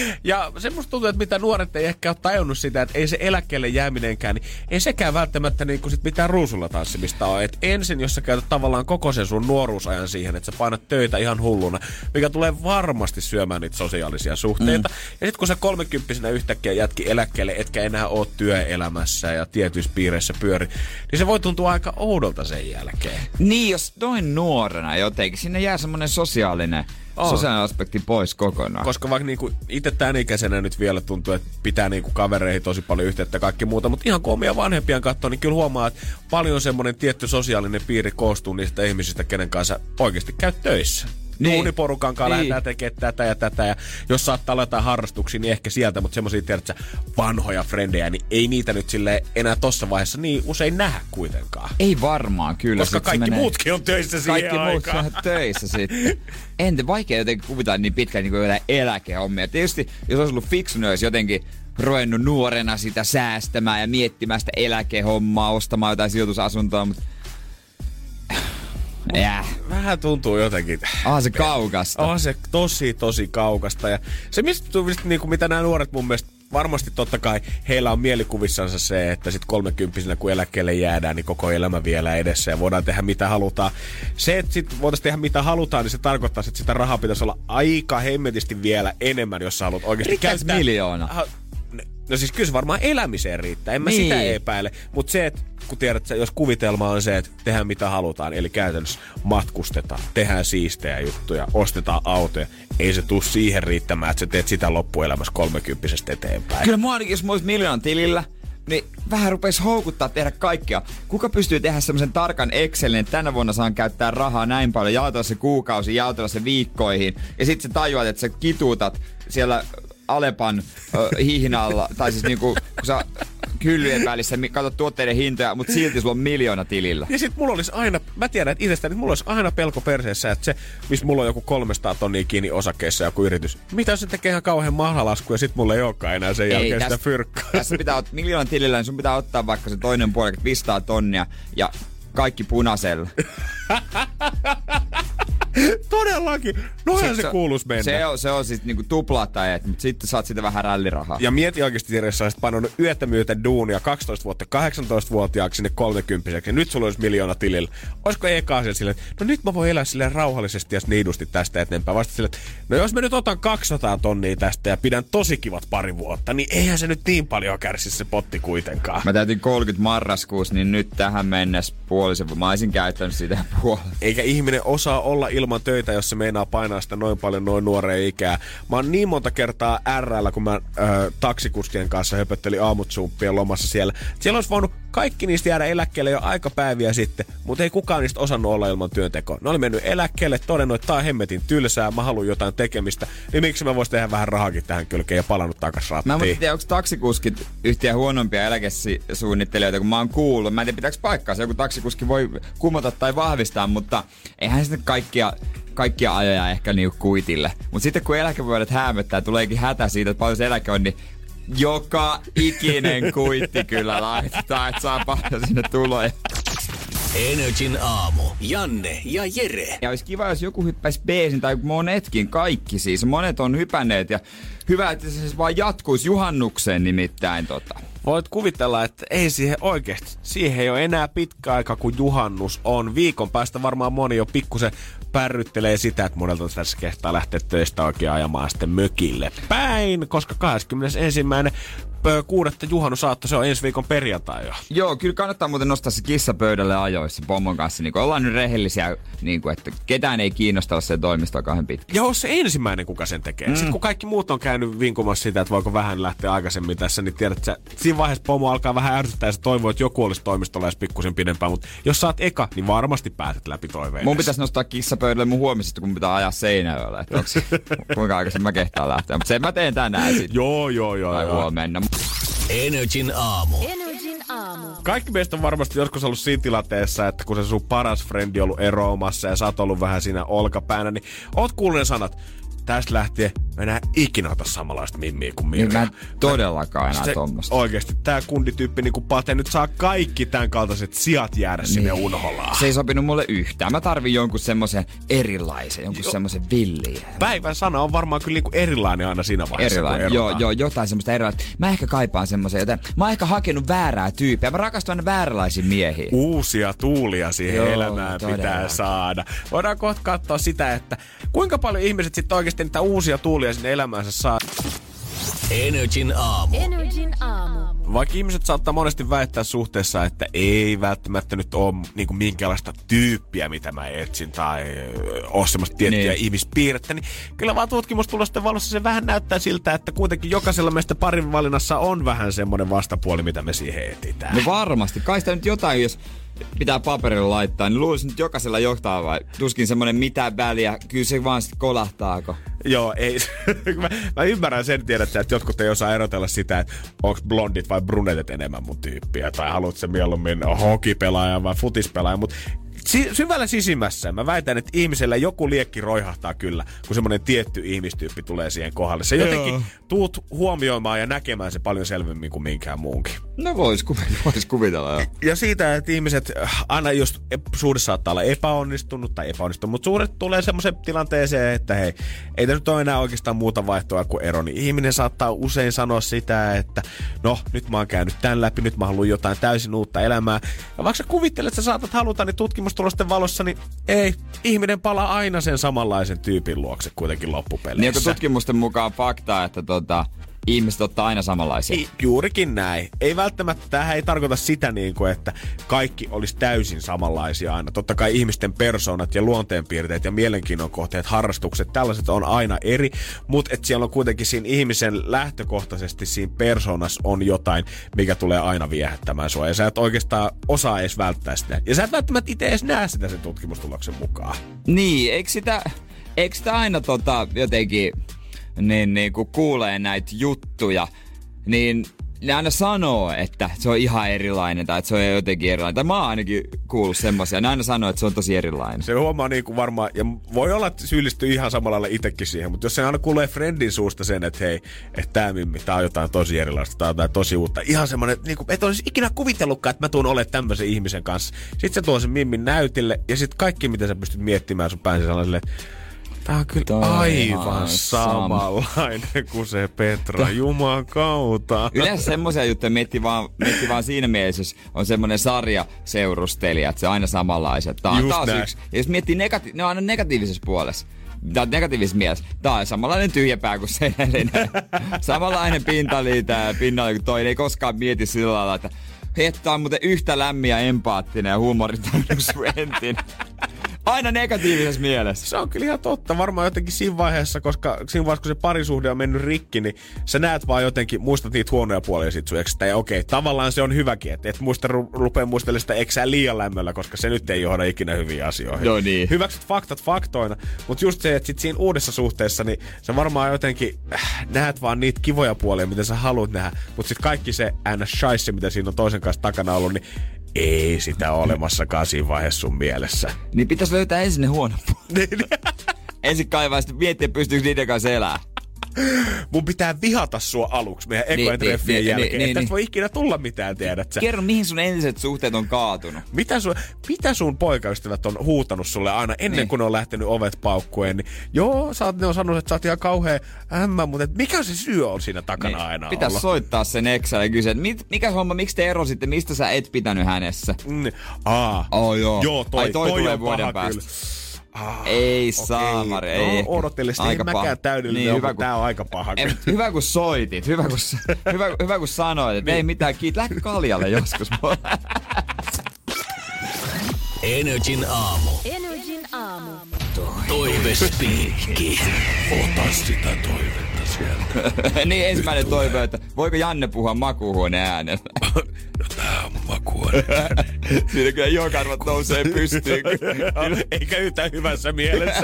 Ja semmoista tuntuu, että mitä nuoret ei ehkä ole tajunnut sitä, että ei se eläkkeelle jääminenkään, niin ei sekään välttämättä niin kuin sit mitään ruusulla tanssimista ole. että ensin, jos sä käytät tavallaan koko sen sun nuoruusajan siihen, että sä painat töitä ihan hulluna, mikä tulee varmasti syömään niitä sosiaalisia suhteita. Mm. Ja sit kun sä kolmekymppisenä yhtäkkiä jätki eläkkeelle, etkä enää oo työelämässä ja tietyissä piireissä pyöri, niin se voi tuntua aika oudolta sen jälkeen. Niin, jos noin nuorena jotenkin, sinne jää semmonen sosiaalinen, oh. sosiaalinen aspekti pois kokonaan. Koska vaikka niinku itse tämän ikäisenä nyt vielä tuntuu, että pitää niinku kavereihin tosi paljon yhteyttä ja kaikki muuta, mutta ihan kun omia vanhempiaan katsoo, niin kyllä huomaa, että paljon semmoinen tietty sosiaalinen piiri koostuu niistä ihmisistä, kenen kanssa oikeasti käy töissä. Niin. Duuniporukan kanssa niin. Lähdetään tekemään tätä ja tätä, ja jos saattaa olla jotain harrastuksia, niin ehkä sieltä, mutta semmosia, tiedätkö, vanhoja frendejä, niin ei niitä nyt silleen enää tossa vaiheessa niin usein nähdä kuitenkaan. Ei varmaan, kyllä. Koska kaikki menee... muutkin on töissä siihen kaikki aikaan. Kaikki muut on töissä sitten. Entä vaikea jotenkin kuvitella niin pitkään niin kuin jotain eläkehommia. Tietysti, jos olisi ollut fiksu, niin olisi jotenkin ruvennut nuorena sitä säästämään ja miettimään sitä eläkehommaa, ostamaan jotain sijoitusasuntoa, mutta... Yeah. Vähän tuntuu jotenkin. Ah, se kaukasta. On se tosi, tosi kaukasta. Ja se, mistä, niin kuin mitä nämä nuoret mun mielestä, varmasti totta kai heillä on mielikuvissansa se, että sit kolmekymppisenä kun eläkkeelle jäädään, niin koko elämä vielä edessä ja voidaan tehdä mitä halutaan. Se, että sit voitaisiin tehdä mitä halutaan, niin se tarkoittaa, että sitä rahaa pitäisi olla aika hemmetisti vielä enemmän, jos sä haluat oikeasti Riittääks käyttää. miljoona? No siis kyllä se varmaan elämiseen riittää, en mä niin. sitä epäile. Mutta se, että kun tiedät, jos kuvitelma on se, että tehdään mitä halutaan, eli käytännössä matkustetaan, tehdään siistejä juttuja, ostetaan autoja, ei se tuu siihen riittämään, että sä teet sitä loppuelämässä kolmekymppisestä eteenpäin. Kyllä mua ainakin, jos mä olisin miljoonan tilillä, niin vähän rupesi houkuttaa tehdä kaikkea. Kuka pystyy tehdä semmoisen tarkan Excelin, että tänä vuonna saan käyttää rahaa näin paljon, jaotella se kuukausi, jaotella se viikkoihin, ja sitten sä tajuat, että sä kituutat siellä Alepan äh, hiihin alla, tai siis niinku, kun sä hyllyjen välissä katsot tuotteiden hintoja, mutta silti sulla on miljoona tilillä. Ja sit mulla olisi aina, mä tiedän, että itsestäni mulla olisi aina pelko perseessä, että se, missä mulla on joku kolmesataa tonnia kiinni osakkeessa joku yritys, mitä jos se tekee ihan kauhean mahalasku ja sit mulla ei olekaan enää sen jälkeen ei, sitä täs, fyrkkaa. Tässä pitää ottaa miljoonan tilillä, niin sun pitää ottaa vaikka se toinen puoli, viisisataa tonnia ja kaikki punaisella. Todellakin. Noinhan se, se kuuluisi mennä. Se on, se on siis niinku tuplattaja, mutta sitten saat sitä vähän rällirahaa. Ja mieti oikeasti, että sä olisit pannut yötä myötä duunia kaksitoista vuotta kahdeksantoistavuotiaaksi sinne kolmekymppiseksi. Ja nyt sulla olisi miljoona tilillä. Olisiko eka asia silleen, että no nyt mä voin elää silleen rauhallisesti ja sniidusti tästä eteenpäin. Vasta silleen, että no jos mä nyt otan kaksisataa tonnia tästä ja pidän tosi kivat pari vuotta, niin eihän se nyt niin paljon kärsi se potti kuitenkaan. Mä täytin kolmekymmentä marraskuussa, niin nyt tähän mennessä puolisen. Mä olisin käyttänyt sitä puolella. Eikä ihminen osaa olla ilman töitä, jos se meinaa painaa sitä noin paljon noin nuoreen ikää. Mä oon niin monta kertaa R:llä, kun mä äh, taksikuskien kanssa höpöttelin aamutsuuppien lomassa siellä. Siellä olisi voinut kaikki niistä jäädä eläkkeelle jo aika päiviä sitten, mutta ei kukaan niistä osannut olla ilman työntekoa. Ne oli mennyt eläkkeelle, todennut, että tää on hemmetin tylsää, mä haluan jotain tekemistä, niin miksi mä vois tehdä vähän rahakin tähän kylkeen ja palannut takas rattiin. Mä en tiedä, onko taksikuskit yhtiä huonompia eläkesuunnittelijoita, kun mä oon kuullut. Mä en tiedä, pitääkö paikkaansa. Joku taksikuski voi kumota tai vahvistaa, mutta eihän sitten kaikkia kaikkia ajoja ehkä niinku kuitille. Mutta sitten kun eläkevuodet häämöttää, tuleekin hätä siitä, että paljon se eläke on, niin joka ikinen kuitti kyllä laitetaan, että saa paljon sinne tuloja. Energin aamu. Janne ja Jere. Ja olisi kiva, jos joku hyppäisi beesin, tai monetkin, kaikki siis. Monet on hypänneet ja hyvä, että se siis vaan jatkuisi juhannukseen nimittäin tota. Voit kuvitella, että ei siihen oikeasti, siihen ei ole enää pitkä aika, kun juhannus on. Viikon päästä varmaan moni jo pikkusen pärryttelee sitä, että monelta tässä kehtaa lähteä töistä oikein ajamaan sitten mökille päin, koska kahdeskymmenesensimmäinen kuudetta juhannusaatto, se on ensi viikon perjantai jo. Joo, kyllä kannattaa muuten nostaa se kissa pöydälle ajoissa pommon kanssa. Niin ollaan nyt rehellisiä, niin kuin, että ketään ei kiinnosta se toimistoa kauhean pitkä. Ja on se ensimmäinen, kuka sen tekee. Mm. Sitten kun kaikki muut on käynyt vinkumassa sitä, että voiko vähän lähteä aikaisemmin tässä, niin tiedät, että siinä vaiheessa pomo alkaa vähän ärsyttää ja sä toivoo, että joku olisi toimistolla edes pikkusen pidempään. Mutta jos sä oot eka, niin varmasti pääset läpi toiveen. Mun pitäisi nostaa kissa pöydälle mun huomisesta, kun pitää ajaa Seinäjoelle. Että onks, kuinka aikaisin mä kehtaan lähteä. Mutta sen mä teen tänään sitten. Joo, joo, joo. Tai huomenna. Energin aamu. Energin aamu. Kaikki meistä on varmasti joskus ollut siinä tilanteessa, että kun se sun paras frendi on ollut eroamassa ja sä oot ollut vähän siinä olkapäänä, niin oot kuullut ne sanat, tästä lähtien mä enää ikinä ota samanlaista mimmiä kuin Niin Mirja. mä en todellakaan enää se, tommosta. Oikeesti, tää kundityyppi niinku Pate nyt saa kaikki tämän kaltaiset sijat jäädä niin. sinne unholaan. Se ei sopinut mulle yhtään. Mä tarvin jonkun semmoisen erilaisen, jonkun jo. semmoisen villiä. Päivän sana on varmaan kyllä niinku erilainen aina siinä vaiheessa. Erilainen, joo, joo, jotain semmoista erilaista. Mä ehkä kaipaan semmoisen, joten mä oon ehkä hakenut väärää tyyppiä. Mä rakastun aina vääränlaisiin miehiin. Uusia tuulia siihen joo, elämään pitää todellakin. saada. Voidaan kohta katsoa sitä, että kuinka paljon ihmiset sitten oikeasti niitä uusia tuulia sinne elämäänsä saa. Energin aamu. Energin aamu. Vaikka ihmiset saattaa monesti väittää suhteessa, että ei välttämättä nyt ole niinku minkäänlaista tyyppiä, mitä mä etsin, tai ole semmoista tiettyä niin. ihmispiirrettä, niin kyllä vaan tutkimustulosten valossa se vähän näyttää siltä, että kuitenkin jokaisella meistä parin valinnassa on vähän semmoinen vastapuoli, mitä me siihen etitään. No varmasti. Kai sitä nyt jotain, jos pitää paperilla laittaa, niin luulisin nyt jokaisella johtaa vai tuskin semmoinen mitään väliä. Kyllä se vaan sit kolahtaako. Joo, ei. mä, mä ymmärrän sen tiedätte, että jotkut ei osaa erotella sitä, että onko blondit vai brunetit enemmän mun tyyppiä. Tai haluat se mieluummin hokipelaaja vai futispelaaja, mutta si- syvällä sisimmässä mä väitän, että ihmisellä joku liekki roihahtaa kyllä, kun semmoinen tietty ihmistyyppi tulee siihen kohdalle. Se jotenkin Joo. tuut huomioimaan ja näkemään se paljon selvemmin kuin minkään muunkin. No vois, kuvi- vois kuvitella, joo. Ja siitä, että ihmiset aina jos suhde saattaa olla epäonnistunut tai epäonnistunut, mutta suhde tulee semmoiseen tilanteeseen, että hei, ei tässä nyt ole enää oikeastaan muuta vaihtoa kuin ero, niin ihminen saattaa usein sanoa sitä, että no, nyt mä oon käynyt tän läpi, nyt mä haluan jotain täysin uutta elämää. Ja vaikka sä kuvittelet, että sä saatat haluta, niin tutkimustulosten valossa, niin ei, ihminen palaa aina sen samanlaisen tyypin luokse kuitenkin loppupeleissä. Niin onko tutkimusten mukaan faktaa, että tota, ihmiset ottaa aina samanlaisia? Ei, juurikin näin. Ei välttämättä, tämähän ei tarkoita sitä niin kuin, että kaikki olisi täysin samanlaisia aina. Totta kai ihmisten persoonat ja luonteenpiirteet ja mielenkiinnon kohteet, harrastukset, tällaiset on aina eri, mutta että siellä on kuitenkin siinä ihmisen lähtökohtaisesti siinä persoonassa on jotain, mikä tulee aina viehättämään sua. Ja sä et oikeastaan osaa edes välttää sitä. Ja sä et välttämättä itse edes näe sitä sen tutkimustuloksen mukaan. Niin, eikö sitä, eikö sitä aina tota jotenkin... Niin, niin kun kuulee näitä juttuja, niin ne aina sanoo, että se on ihan erilainen tai että se on jotenkin erilainen. Tai mä oon ainakin kuullut semmosia. Ne aina sanoo, että se on tosi erilainen. Se huomaa niin kuin varmaan, ja voi olla, että syyllistyy ihan samalla lailla itsekin siihen, mutta jos se aina kuulee friendin suusta sen, että hei, että tää mimmi, tää on jotain tosi erilaista, tää on jotain tosi uutta. Ihan semmonen, niin kuin, et olisi ikinä kuvitellutkaan, että mä tuun olemaan tämmöisen ihmisen kanssa. Sitten se tuo sen mimmin näytille, ja sitten kaikki, mitä sä pystyt miettimään sun päänsä sellaiselle, tää on kyllä Toi aivan samanlainen kuin se Petra, Juman kautta. Yleensä semmoisia juttuja miettii vaan, miettii vaan siinä mielessä, jos on semmoinen sarjaseurustelija, että se on aina samanlaiset. Tää on taas yksi. Ja jos miettii, negati- ne on aina negatiivisessa puolessa. Tää on negatiivisessa mielessä. Tää on samanlainen tyhjäpää kuin seinällinen. Samanlainen pintaliitä ja pinnalla kuin toinen. Ei koskaan mieti sillä lailla, että hei, tää on muuten yhtä lämmin ja empaattinen ja huumoritainen kuin entinen. Aina negatiivisessa mielessä. Se on kyllä ihan totta. Varmaan jotenkin siinä vaiheessa, koska siinä vaiheessa, kun se parisuhde on mennyt rikki, niin sä näet vaan jotenkin, muistat niitä huonoja puolia sit sun eksystä. Ja okei, tavallaan se on hyväkin, että et muista ru- rupea muistelemaan sitä eksää liian lämmöllä, koska se nyt ei johda ikinä hyviä asioihin. No niin. Hyväksyt faktat faktoina, mutta just se, että sit siinä uudessa suhteessa, niin sä varmaan jotenkin äh, näet vaan niitä kivoja puolia, mitä sä haluat nähdä. Mutta sit kaikki se ns. Scheisse, mitä siinä on toisen kanssa takana ollut, niin ei sitä ole olemassakaan siinä vaiheessa sun mielessä. Niin pitäisi löytää ensin ne huono puoli. Ensin kaivaa sitten miettiä, pystyykö niiden kanssa elää. Mun pitää vihata sua aluksi meidän ekojen niin, treffien niin, jälkeen. Niin, että niin, voi ikinä tulla mitään, tiedät sä. Kerro, mihin sun entiset suhteet on kaatunut. Mitä sun, mitä sun poikaystävät on huutanut sulle aina ennen niin. kuin on lähtenyt ovet paukkuen? Niin, joo, sä oot, ne on sanonut, että sä oot ihan kauhea ämmä, mutta mikä se syy on siinä takana niin, aina pitäis olla? Soittaa sen eksälle ja kysyä, että mikä homma, miksi te erositte, mistä sä et pitänyt hänessä? Mm, aa, oh, joo. joo, toi, Ai, toi, toi tulee on vuoden paha päästä. Kyllä. Ah, ei saamari, okay. ei. No, odottele, sitä ei mäkään täydellinen, niin, mutta tää on aika paha. Ei, hyvä kun soitit, hyvä kun, hyvä, hyvä kun sanoit, että niin. Ei mitään kiit, lähde kaljalle joskus. Energin aamu. Energin aamu. Toivespiikki. Ota sitä toivetta sieltä. Niin ensimmäinen toive, että voiko Janne puhua makuuhuoneen äänellä? No tää on makuuhuoneen ääni. Siinä kyllä ihokarvat nousee pystyyn. Eikä yhtään hyvässä mielessä.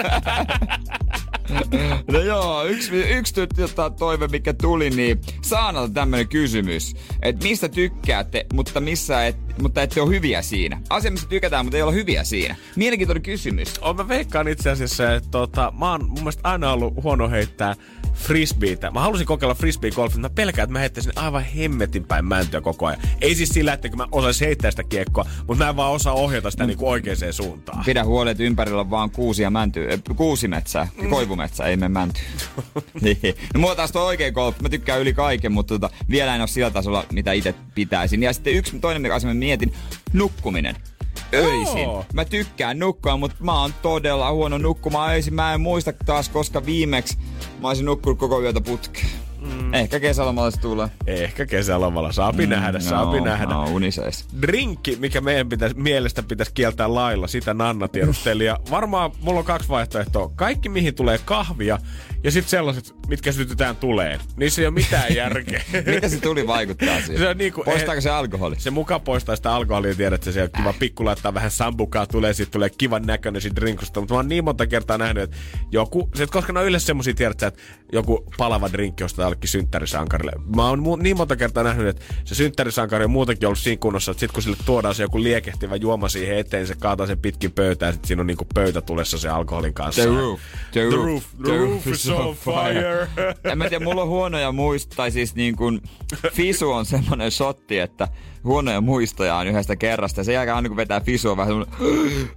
No joo, yksi, yksi toive, mikä tuli, niin Saanalta tämmönen kysymys. Että mistä tykkäätte, mutta, missä et, mutta ette ole hyviä siinä. Asia, missä tykätään, mutta ei ole hyviä siinä. Mielenkiintoinen kysymys. On, mä veikkaan itse asiassa, että tota, mä oon mun mielestä aina ollut huono heittää frisbeetä. Mä halusin kokeilla frisbee-golfia, mutta mä pelkään, että mä heittäisin aivan hemmetin päin mäntyä koko ajan. Ei siis sillä, että mä osaisin heittää sitä kiekkoa, mutta mä en vaan osaa ohjata sitä niinku oikeaan suuntaan. Pidä huoli, että ympärillä on vaan kuusi ja mänty, äh, kuusimetsää, mm. koivumetsää, ei mene mänty. Niin. No mulla taas toi oikein golf, mä tykkään yli kaiken, mutta tota, vielä en ole sillä tasolla, mitä itse pitäisin. Ja sitten yksi toinen asia, mä mietin, nukkuminen. Öisin. Oh. Mä tykkään nukkua, mutta mä oon todella huono nukkumaan öisin. Mä en muista taas, koska viimeksi mä olisin nukkunut koko yötä putkeen. Mm. Ehkä kesälomalla se tulee. Ehkä kesälomalla. Saapi mm, nähdä, saapi no, nähdä. No, uniseis. Drinkki, mikä meidän pitäisi, mielestä pitäisi kieltää lailla, sitä Nanna tiedusteli. Ja varmaan mulla on kaksi vaihtoehtoa. Kaikki, mihin tulee kahvia, ja sitten sellaiset, mitkä sytytään tuleen. Niissä ei ole mitään järkeä. Mitä se tuli vaikuttaa siihen? Se on niinku, Poistaako se alkoholi? Se mukaan poistaa sitä alkoholia, tiedät, että se on kiva pikku laittaa vähän sambukaa, tulee, siitä tulee kivan näköinen siitä drinkusta. Mutta mä oon niin monta kertaa nähnyt, että joku, sit, koska ne on yleensä semmosia, tiedät, että joku palava drinkki ostaa jollekin synttärisankarille. Mä oon mu- niin monta kertaa nähnyt, että se synttärisankari on muutenkin ollut siinä kunnossa, että sit kun sille tuodaan se joku liekehtivä juoma siihen eteen, se kaataa sen pitkin pöytään, sit siinä on niinku pöytä tulessa se alkoholin kanssa. The roof. The roof. The roof, the roof is on fire. En mä tiedä, mulla on huonoja muistoja, tai siis niin kuin fisu on semmonen shotti, että huonoja muistoja on yhdestä kerrasta. Ja sen jälkeen aina kun vetää fisua vähän semmonen...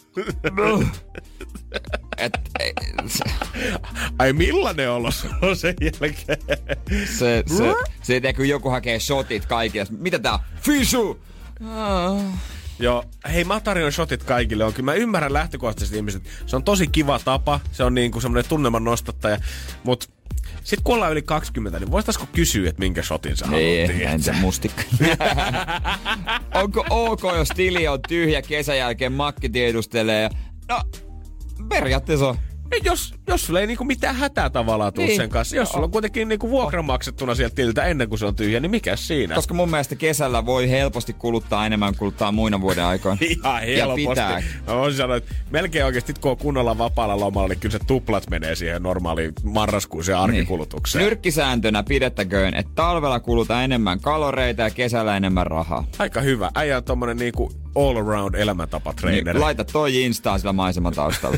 Et, ei, se... Ai millainen olo se on sen jälkeen? Se, se, se ei tee, kun joku hakee shotit kaikille. Mitä tää on? Fisu! Ah. Joo, hei mä tarjoan shotit kaikille. On, kyllä mä ymmärrän lähtökohtaisesti ihmiset. Se on tosi kiva tapa. Se on niinku semmonen tunnelman nostattaja. Mut sit kun ollaan yli kaksikymmentä, niin voisitaisko kysyä, että minkä shotin sä haluat? Ei, entä mustikka. Onko ok, jos tili on tyhjä kesän jälkeen, makki tiedustelee? No, periaatteessa on. Jos, jos sulla ei niinku mitään hätää tavallaan tuu niin. sen kanssa. Jos sulla on kuitenkin niinku vuokra maksettuna sieltä tililtä ennen kuin se on tyhjä, niin mikäs siinä? Koska mun mielestä kesällä voi helposti kuluttaa enemmän kuin kuluttaa muina vuoden aikoina. Ihan helposti. Mä voisin sanoa, että melkein oikeasti kun on kunnolla vapaalla lomalla, niin kyllä se tuplat menee siihen normaaliin marraskuiseen arkikulutukseen. Niin. Nyrkkisääntönä pidettäköön, että talvella kulutaan enemmän kaloreita ja kesällä enemmän rahaa. Aika hyvä. Äijä on tommonen niinku all around elämäntapatreeneri. Niin, laita toi Instaan sillä maiseman taustalla.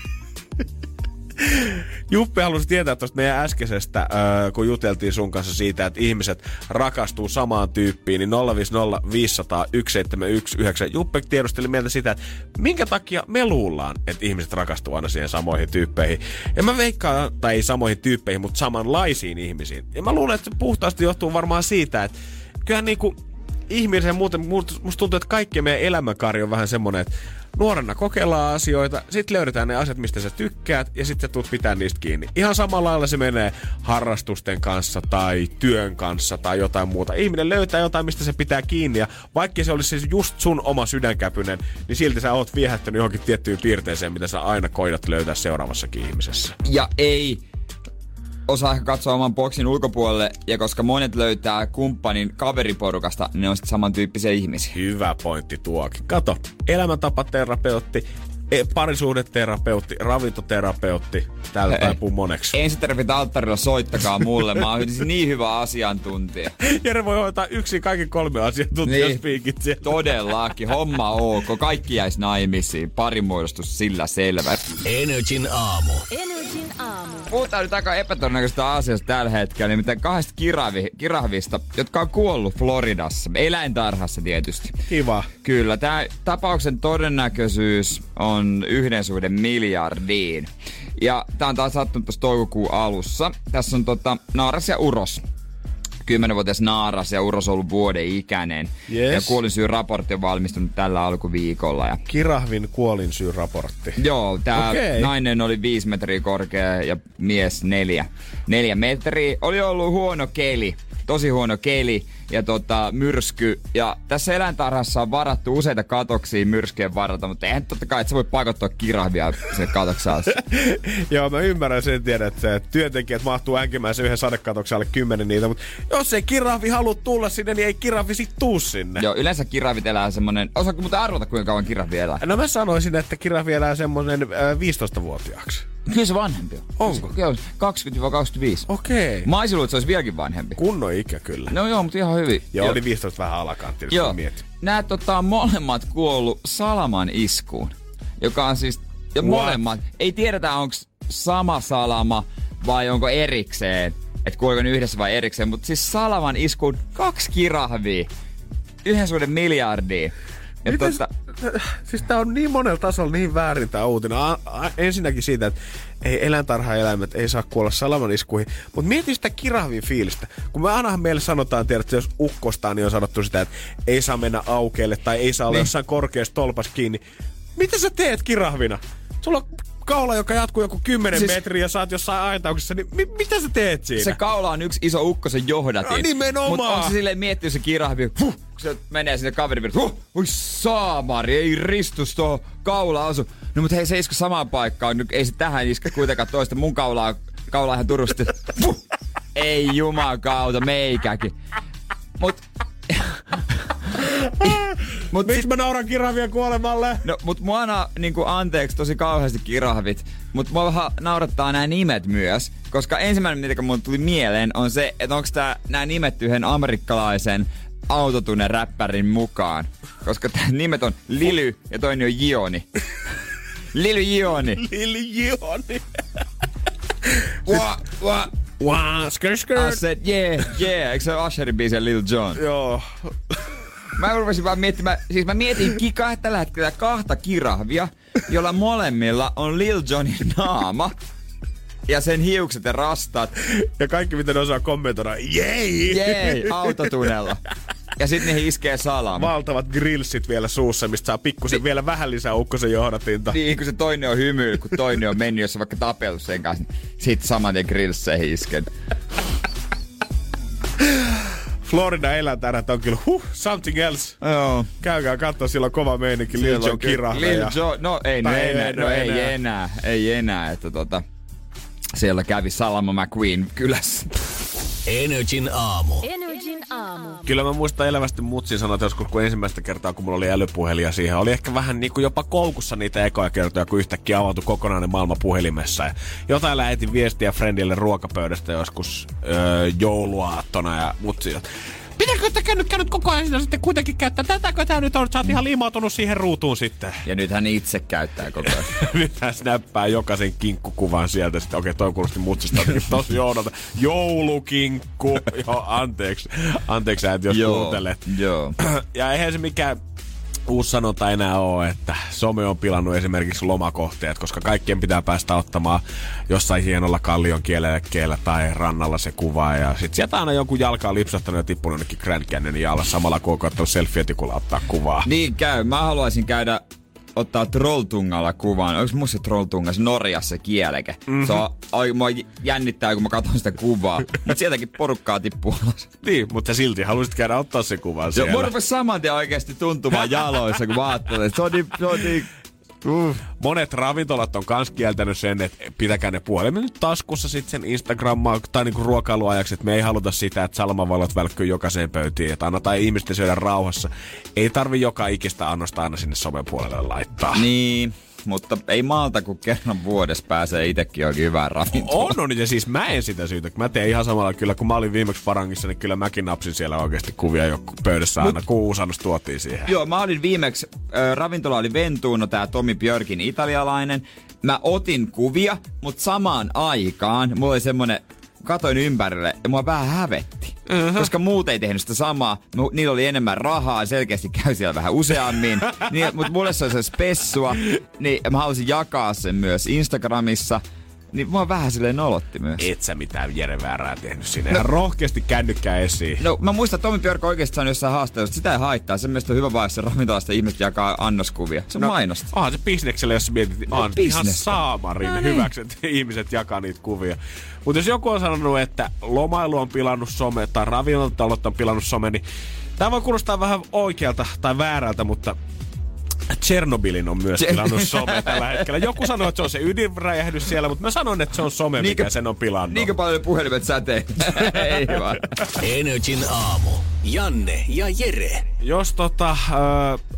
Juppe halusi tietää tuosta meidän äskeisestä, äh, kun juteltiin sun kanssa siitä, että ihmiset rakastuu samaan tyyppiin, niin nolla viisi nolla viisi nolla nolla yksi seitsemän yksi yhdeksän. Juppe tiedusteli mieltä sitä, että minkä takia me luullaan, että ihmiset rakastuu aina siihen samoihin tyyppeihin. Ja mä veikkaan, tai ei samoihin tyyppeihin, mutta samanlaisiin ihmisiin. Ja mä luulen, että se puhtaasti johtuu varmaan siitä, että kyllähän niinku ihmisen muuten, musta tuntuu, että kaikki meidän elämänkaari on vähän semmonen, että nuorena kokeillaan asioita, sit löydetään ne asiat, mistä sä tykkäät, ja sit sä tulet pitää niistä kiinni. Ihan samalla lailla se menee harrastusten kanssa, tai työn kanssa, tai jotain muuta. Ihminen löytää jotain, mistä se pitää kiinni, ja vaikka se olisi siis just sun oma sydänkäpynen, niin silti sä oot viehättänyt johonkin tiettyyn piirteeseen, mitä sä aina koitat löytää seuraavassakin ihmisessä. Ja ei osaa ehkä katsoa oman boksin ulkopuolelle, ja koska monet löytää kumppanin kaveriporukasta, niin ne on sitten samantyyppisiä ihmisiä. Hyvä pointti tuokin. Kato, elämäntapaterapeutti, parisuhdeterapeutti, ravintoterapeutti, täällä taipuu moneksi. Ensitervit alttarilla, soittakaa mulle, mä oon niin hyvä asiantuntija. Jere voi hoitaa yksin kaikki kolme asiantuntijaspiikit niin, todellakin, homma ok, kaikki jäis naimisiin, parimuodostus sillä selvä. Energin aamu. Energin aamu. Puhutaan nyt aika epätodennäköistä asiasta tällä hetkellä, nimittäin kahdesta kirahvi, kirahvista, jotka on kuollut Floridassa, eläintarhassa tietysti. Kiva. Kyllä, tämä tapauksen todennäköisyys on yhden suhde miljardiin. Ja tää on taas sattunut tuossa toukokuun alussa. Tässä on tota, naaras ja uros. Kymmenvuotias naaras ja uros on ollut vuoden ikäinen. Yes. Ja kuolinsyyraportti on valmistunut tällä alkuviikolla. Ja kirahvin kuolinsyyraportti. Joo, tää okay. Nainen oli viisi metriä korkea ja mies neljä. Neljä metriä. Oli ollut huono keli. Tosi huono keli ja tota, myrsky. Ja tässä eläintarhassa on varattu useita katoksia myrskyjen varalta, mutta eihän totta kai, että sä voi pakottaa kirahvia sinne katoksaan. Joo, mä ymmärrän sen, tiedän, että työntekijät mahtuu änkimään se yhden sadekatoksen alle kymmenen niitä, mutta jos ei kirahvi halua tulla sinne, niin ei kirahvi sit tuu sinne. Joo, yleensä kirahvit elää semmonen, osaatko muuten arvata, kuinka kauan kirahvi elää? No mä sanoisin, että kirahvi elää semmonen äh, viisitoistavuotiaaksi. Kyllä se vanhempi on. Onko? Joo, kaksikymmentä kaksikymmentäviisi. Okei. Okay. Mä olisin luullut, että se olisi vieläkin vanhempi. Kunnon ikä kyllä. No joo, mutta ihan hyvin. Joo, oli viisitoista vähän alakantti, jos joo. Mietin. Nää tota, molemmat kuollut salaman iskuun. Joka on siis, ja What? molemmat, ei tiedetä onko sama salama vai onko erikseen. Että kuoliko ne yhdessä vai erikseen. Mutta siis Salaman iskuun kaksi kirahvia. Yhden suhden miljardia. Ja totta, siis tää on niin monella tasolla niin väärin tää uutinen. A, a, ensinnäkin siitä, että ei eläintarhaeläimet ei saa kuolla salamaniskuihin. Mutta mieti sitä kirahvin fiilistä. Kun me ainahan meille sanotaan, tiedät, että jos ukkostaa, niin on sanottu sitä, että ei saa mennä aukeelle tai ei saa olla niin. jossain korkeassa tolpas kiinni. Mitä sä teet kirahvina? Sulla on kaula, joka jatkuu joku kymmenen siis, metriä ja sä oot jossain aitauksessa, niin mi- mitä sä teet siinä? Se kaula on yksi iso ukkosen johdatin. No nimenomaan. Mutta onko se silleen miettinyt se kirahvi, huh, kun se menee sinne kaverin piirre, huh, oi saamari, ei ristus tuohon kaula asu. No mut hei, se isku samaan paikkaan, nyt ei se tähän iske kuitenkaan toista. Mun kaulaa, kaulaa ihan turusti. Huh, ei jumakauta, meikäkin. Mut... Mut miksi mä nauran kirahvien kuolemalle? No, mut mua na, niinku anteeksi tosi kauheasti kirahvit, mut mua vähän naurattaa nämä nimet myös, koska ensimmäinen, mitä mun tuli mieleen, on se, että onko tää nää nimet yhden amerikkalaisen autotune-räppärin mukaan. Koska tää nimet on Lily ja toinen on Jioni. Lily Jioni. Lily Jioni. Wah, wah. Wah, skirt, skirt. I said yeah, yeah. Eikö se ole Usherin biisi Lil Jon? Joo. Mä rupesin vaan miettimään, siis mä mietin kikaa tällä hetkellä kahta kirahvia, jolla molemmilla on Lil Jonin naama. Ja sen hiukset ja rastat. Ja kaikki mitä ne osaa kommentoida, jei! Jei, autotunella. Ja sit niihin iskee salama. Valtavat grillsit vielä suussa, mistä saa pikkusen Ni- vielä vähän lisää ukkosen johdatinta. Niin, kun se toinen on hymyillä, kun toinen on mennyt, jos on vaikka tapellut sen kanssa. Sit saman tien grillseihin isken. Florida eläintarhat on kyllä huh, something else. Joo. Käykää katsoa, siellä on kova meininki. Lil Jon kirahve. Lil Jon, no ei, no, ei, enää, no ei enää. enää. Ei enää, että tota... Siellä kävi Salama McQueen kylässä. Energin aamu. Energin aamu. Kyllä mä muistan elävästi mutsin sanoa, että joskus kun ensimmäistä kertaa, kun mulla oli älypuhelin ja siihen oli ehkä vähän niin kuin jopa koukussa niitä ekoja kertoja, kun yhtäkkiä avautui kokonainen maailma puhelimessa. Ja jotain lähetin viestiä friendille ruokapöydästä joskus öö, jouluaattona ja mutsi. Pitääkö tätä nyt käynyt koko ajan siinä sitten kuitenkin käyttää? Tätäkö tää nyt on? Sä oot ihan liimautunut siihen ruutuun sitten. Ja nyt hän itse käyttää koko ajan. Nyt hän snappaa jokaisen kinkkukuvan sieltä. Sitten okei, okay, toi kuulosti mutsista tosi joudolta. Joulukinkku. Joo, anteeksi. Anteeksi äiti, jos joo, kuuntelet. Joo. Ja eihän se mikään uusi sanonta enää ole, että some on pilannut esimerkiksi lomakohteet, koska kaikkien pitää päästä ottamaan jossain hienolla kallion kielellä tai rannalla se kuva. Ja sit sieltä aina jonkun jalka on lipsahtanut ja tippunut jonnekin Grand Canyonin alla samalla kun on koettanut selfie-etikulla ottaa kuvaa. Niin käy. Mä haluaisin käydä ottaa Trolltungalla kuvan. Onko musta se Trolltunga, se Norjassa kieleke? Mm-hmm. Se on, oi, mua jännittää, kun mä katson sitä kuvaa. Mut sieltäkin porukkaa tippuu alas. Niin, mutta silti haluaisit käydä ottaa se kuvan siellä. Joo, mua rupesi saman tien oikeesti tuntumaan jaloissa, kun mä ajattelin, se on niin... Se on niin Uh. Monet ravintolat on kans kieltänyt sen, että pitäkää ne puhelimet nyt taskussa sit sen Instagrammaa tai niinku ruokailuajaksi, että me ei haluta sitä, että salamavalot välkkyy jokaiseen pöytiin, että annetaan ihmisten syödä rauhassa. Ei tarvi joka ikistä annosta aina sinne somen puolelle laittaa. Niin, mutta ei maalta, kun kerran vuodessa pääsee itsekin oikein hyvään ravintolaan. On, on, ja siis mä en sitä syytä. Mä teen ihan samalla kyllä, kun mä olin viimeksi Farangissa, niin kyllä mäkin napsin siellä oikeasti kuvia joku pöydässä aina, Mut, kun uusi annos tuotiin siihen. Joo, mä olin viimeksi, äh, ravintola oli Ventuuno, tää Tommy Björkin italialainen. Mä otin kuvia, mutta samaan aikaan mulla oli semmonen, katoin ympärille ja mua vähän hävetti. Uh-huh. Koska muut ei tehnyt sitä samaa. Niillä oli enemmän rahaa, selkeästi käy siellä vähän useammin. niin, mutta mulle se oli se spessua, niin mä halusin jakaa sen myös Instagramissa. Niin mua vähän silleen nolotti myös. Et sä mitään järjeväärää tehnyt sinne. No, ihan rohkeasti kännykkää esiin. No mä muistan, että Tommi Björk oikeesti sanoi jossain haastattelussa, sitä ei haittaa. Sen mielestä on hyvä vaiheessa ravintolasta ihmiset jakaa annoskuvia. Se on no, mainosta. Onhan se bisneksellä, jos sä mietit, no, on ihan saamarin no, hyväksi, että ihmiset jakaa niitä kuvia. Mutta jos joku on sanonut, että lomailu on pilannut some tai ravintolot on pilannut some, niin tää voi kuulostaa vähän oikealta tai väärältä, mutta Tchernobylin on myös pilannut some tällä hetkellä. Joku sanoo, että se on se ydinräjähdys siellä, mutta mä sanon, että se on some, mikä sen on pilannut. Niinkö paljon puhelimet säteen? Ei vaan. Energin aamu. Janne ja Jere. Jos tota, äh,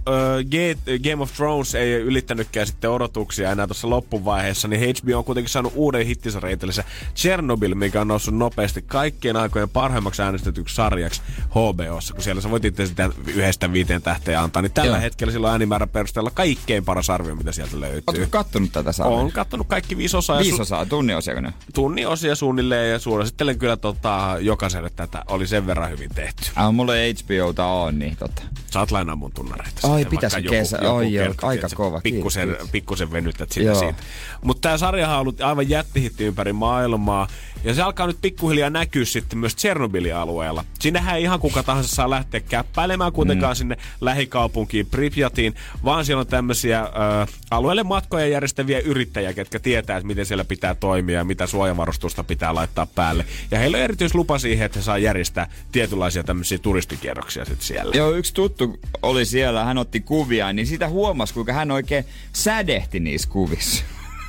uh, Game of Thrones ei ylittänytkään sitten odotuksia enää tuossa loppuvaiheessa, niin H B O on kuitenkin saanut uuden hittisarjan itsellensä Chernobyl, mikä on noussut nopeasti kaikkien aikojen parhaimmaksi äänestetyksi sarjaksi H B O:ssa, kun siellä sä voit itse sitä yhdestä viiteen tähteä antaa, niin tällä Joo. hetkellä silloin äänimäärän perusteella kaikkein paras arvio, mitä sieltä löytyy. Ootko kattonut tätä sarjaa? Olen kattonut kaikki viisi osaa. Viisi osaa, tunnin osia ne? Tunnin osia suunnilleen ja suosittelen kyllä tota, jokaiselle tätä. Oli sen verran hyvin tehty. Ah, mulla ei H B Ota on, niin tota. Saat lainaa mun tunnareita. Ai, pitäisi kesä. Oi joo, aika kova. Pikkusen, pikkusen venytät sitä siitä. Mutta tää sarjahan on ollut aivan jättihitti ympäri maailmaa. Ja se alkaa nyt pikkuhiljaa näkyä sitten myös Tšernobylin alueella. Sinnehän ei ihan kuka tahansa saa lähteä käppäilemään kuitenkaan mm. sinne lähikaupunkiin Pripyatiin, vaan siellä on tämmöisiä äh, alueelle matkoja järjestäviä yrittäjiä, ketkä tietää, että miten siellä pitää toimia ja mitä suojavarustusta pitää laittaa päälle. Ja heillä on erityislupa siihen, että he saa järjestää tietynlaisia tämmöisiä turistikierroksia sitten siellä. Joo, yksi tuttu oli siellä, hän otti kuvia, niin sitä huomasi, kuinka hän oikein sädehti niissä kuvissa.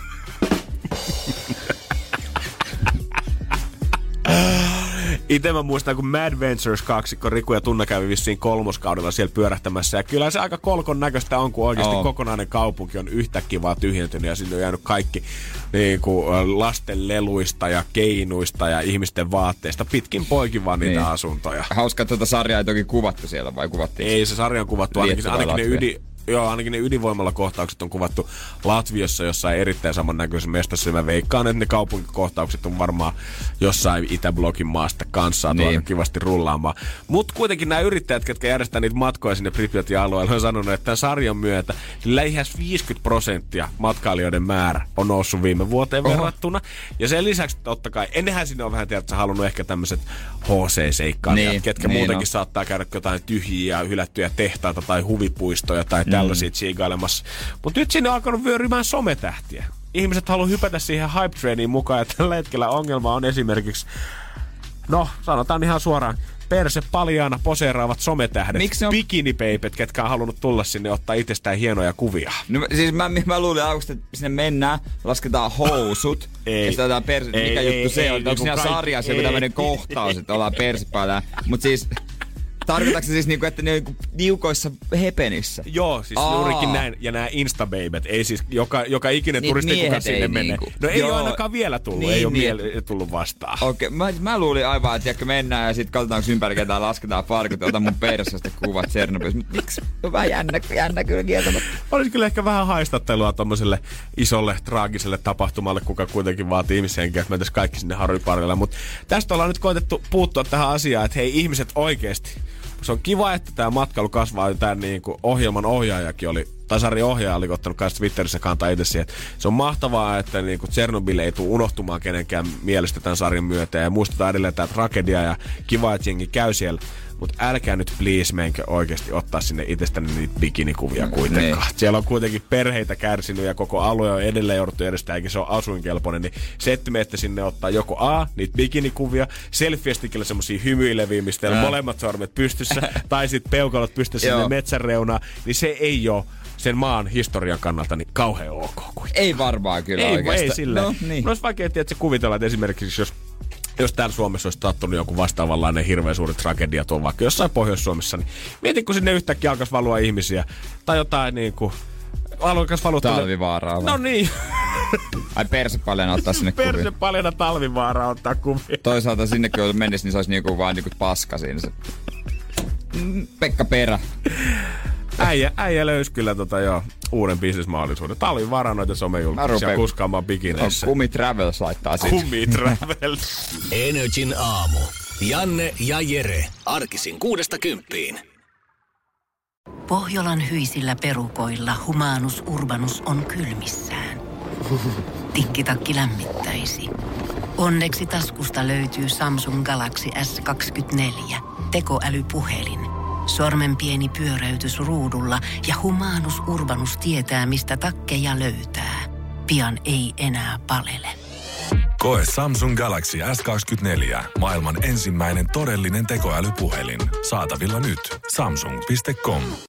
Itse mä muistan, kun Mad Ventures kaksikko Riku ja Tunna kävi vissiin kolmoskaudella siellä pyörähtämässä. Ja kyllä se aika kolkon näköistä on, kun oikeasti oh. kokonainen kaupunki on yhtäkkiä vaan tyhjentynyt. Ja sinne on jäänyt kaikki niin kuin, lasten leluista ja keinuista ja ihmisten vaatteista. Pitkin poikin vaan niitä niin. asuntoja. Hauska, tuota sarjaa ei toki kuvattu siellä, vai kuvattiin? Ei, se sarja on kuvattu. Ainakin, ainakin ne ydin... Joo, ainakin ne ydinvoimalla kohtaukset on kuvattu Latviassa jossain erittäin samannäköisessä mestassa. Mä veikkaan, että ne kaupunkikohtaukset on varmaan jossain Itäblokin maasta kanssa niin. aika kivasti rullaamaan. Mutta kuitenkin nämä yrittäjät, jotka järjestää niitä matkoja sinne Pripyatin alueelle, on sanonut, että tämän sarjan myötä lähes viisikymmentä prosenttia matkailijoiden määrä on noussut viime vuoteen Oho. verrattuna. Ja sen lisäksi totta kai, ennenhän sinne on vähän tiedätkö, halunnut ehkä tämmöiset H C-seikkailijat, niin, ketkä niin muutenkin no. saattaa käydä jotain tyhjiä ja hylättyjä tehtaita tai huvipuistoja tai tällaisia tsiigailemassa. Mutta nyt sinne on alkanut vyörymään sometähtiä. Ihmiset haluaa hypätä siihen hype-trainiin mukaan, ja tällä hetkellä ongelma on esimerkiksi, no sanotaan ihan suoraan, perse paljaana poseeraavat sometähdet, on... bikinipeipet, ketkä on halunnut tulla sinne ottaa itsestään hienoja kuvia. No siis mä, mä luulin aluksi, että sinne mennään, lasketaan housut, ei, ja sitten otetaan perse, ei, mikä ei, juttu ei, se on, onko siinä sarjassa joku tämmöinen kohtaus, että ollaan persepalja, mutta siis... Tarkoitatko se siis niinku, että ne on niinku niukoissa hepenissä? Joo, siis Aa. juurikin näin. Ja nämä Instababyt. Ei siis joka, joka ikinen niin turisti, kuka sinne menee. Niinku. No ei Joo. ole ainakaan vielä tullut. Niin, ei ole niin. miele- tullut vastaan. Okei, okay. mä, mä luulin aivan, että tiedätkö, mennään ja sitten katsotaanko ympäri ketään, lasketaan farkut ja otan mun persästä kuvat Tšernobylissa. Mutta miksi? On vähän jännä, jännä kyllä kieltämättä. Olisi kyllä ehkä vähän haistattelua tommoselle isolle, traagiselle tapahtumalle, kuka kuitenkin vaatii ihmishenkiä, että mentäisiin kaikki sinne Harryparille. Mutta tästä ollaan nyt koetettu puuttua tähän asiaan, että hei ihmiset oikeesti. Se on kiva, että tämä matkailu kasvaa. Tämän niin kuin ohjelman ohjaajakin oli, tai sarjan ohjaaja oli ottanut kanssa Twitterissä kantaa itse siihen. Se on mahtavaa, että niin kuin Tšernobyl ei tule unohtumaan kenenkään mielestä tämän sarjan myötä. Ja muistetaan edelleen tämä tragedia ja kiva, että jengi käy siellä. Mutta älkää nyt please menkö oikeasti ottaa sinne itsestäni niitä bikinikuvia kuitenkaan. Ne. Siellä on kuitenkin perheitä kärsinyt ja koko alue on edelleen jouduttu edestään, eikä se ole asuinkelpoinen. Niin se, että menette sinne ottaa joko A, niitä bikinikuvia, selfie-stikillä semmosia hymyileviä, mistä on molemmat sormet pystyssä, tai sitten peukalot pystyssä sinne metsän reunaan, niin se ei ole sen maan historian kannalta niin kauhean ok kuitenkaan. Ei varmaan kyllä ei, oikeastaan. Ei silleen. No, niin. No olisi vaikea tietysti kuvitella, että esimerkiksi jos Jos täällä Suomessa olisi tattunut joku vastaavanlainen hirveän suuri tragedia tuolla vaikka jossain Pohjois-Suomessa, niin mieti, kun sinne yhtäkkiä alkaisi valua ihmisiä. Tai jotain niin kuin... Alkaisi valua... Talvivaaraa. No niin. Ai persepaljana ottaa sinne kuvia. Persepaljana talvivaaraa ottaa kuvia. Toisaalta sinne kun menisi, niin se olisi niinku vaan niinku paska siinä. Se... Pekka Perä. Äijä, äijä löysi kyllä tota joo, uuden bisnesmahdollisuuden. Talvivaara noita somejulkisia kuskaamaan bikineissä. No, Kumi Travels laittaa siitä. Kumi Travels. Energin aamu. Janne ja Jere. Arkisin kuudesta kymppiin. Pohjolan hyisillä perukoilla Humanus Urbanus on kylmissään. Tikkitakki lämmittäisi. Onneksi taskusta löytyy Samsung Galaxy S kaksikymmentäneljä. Tekoälypuhelin. Sormen pieni pyöräytys ruudulla ja Humanus Urbanus tietää, mistä takkeja löytää. Pian ei enää palele. Koe Samsung Galaxy S kaksikymmentäneljä. Maailman ensimmäinen todellinen tekoälypuhelin. Saatavilla nyt. Samsung piste com.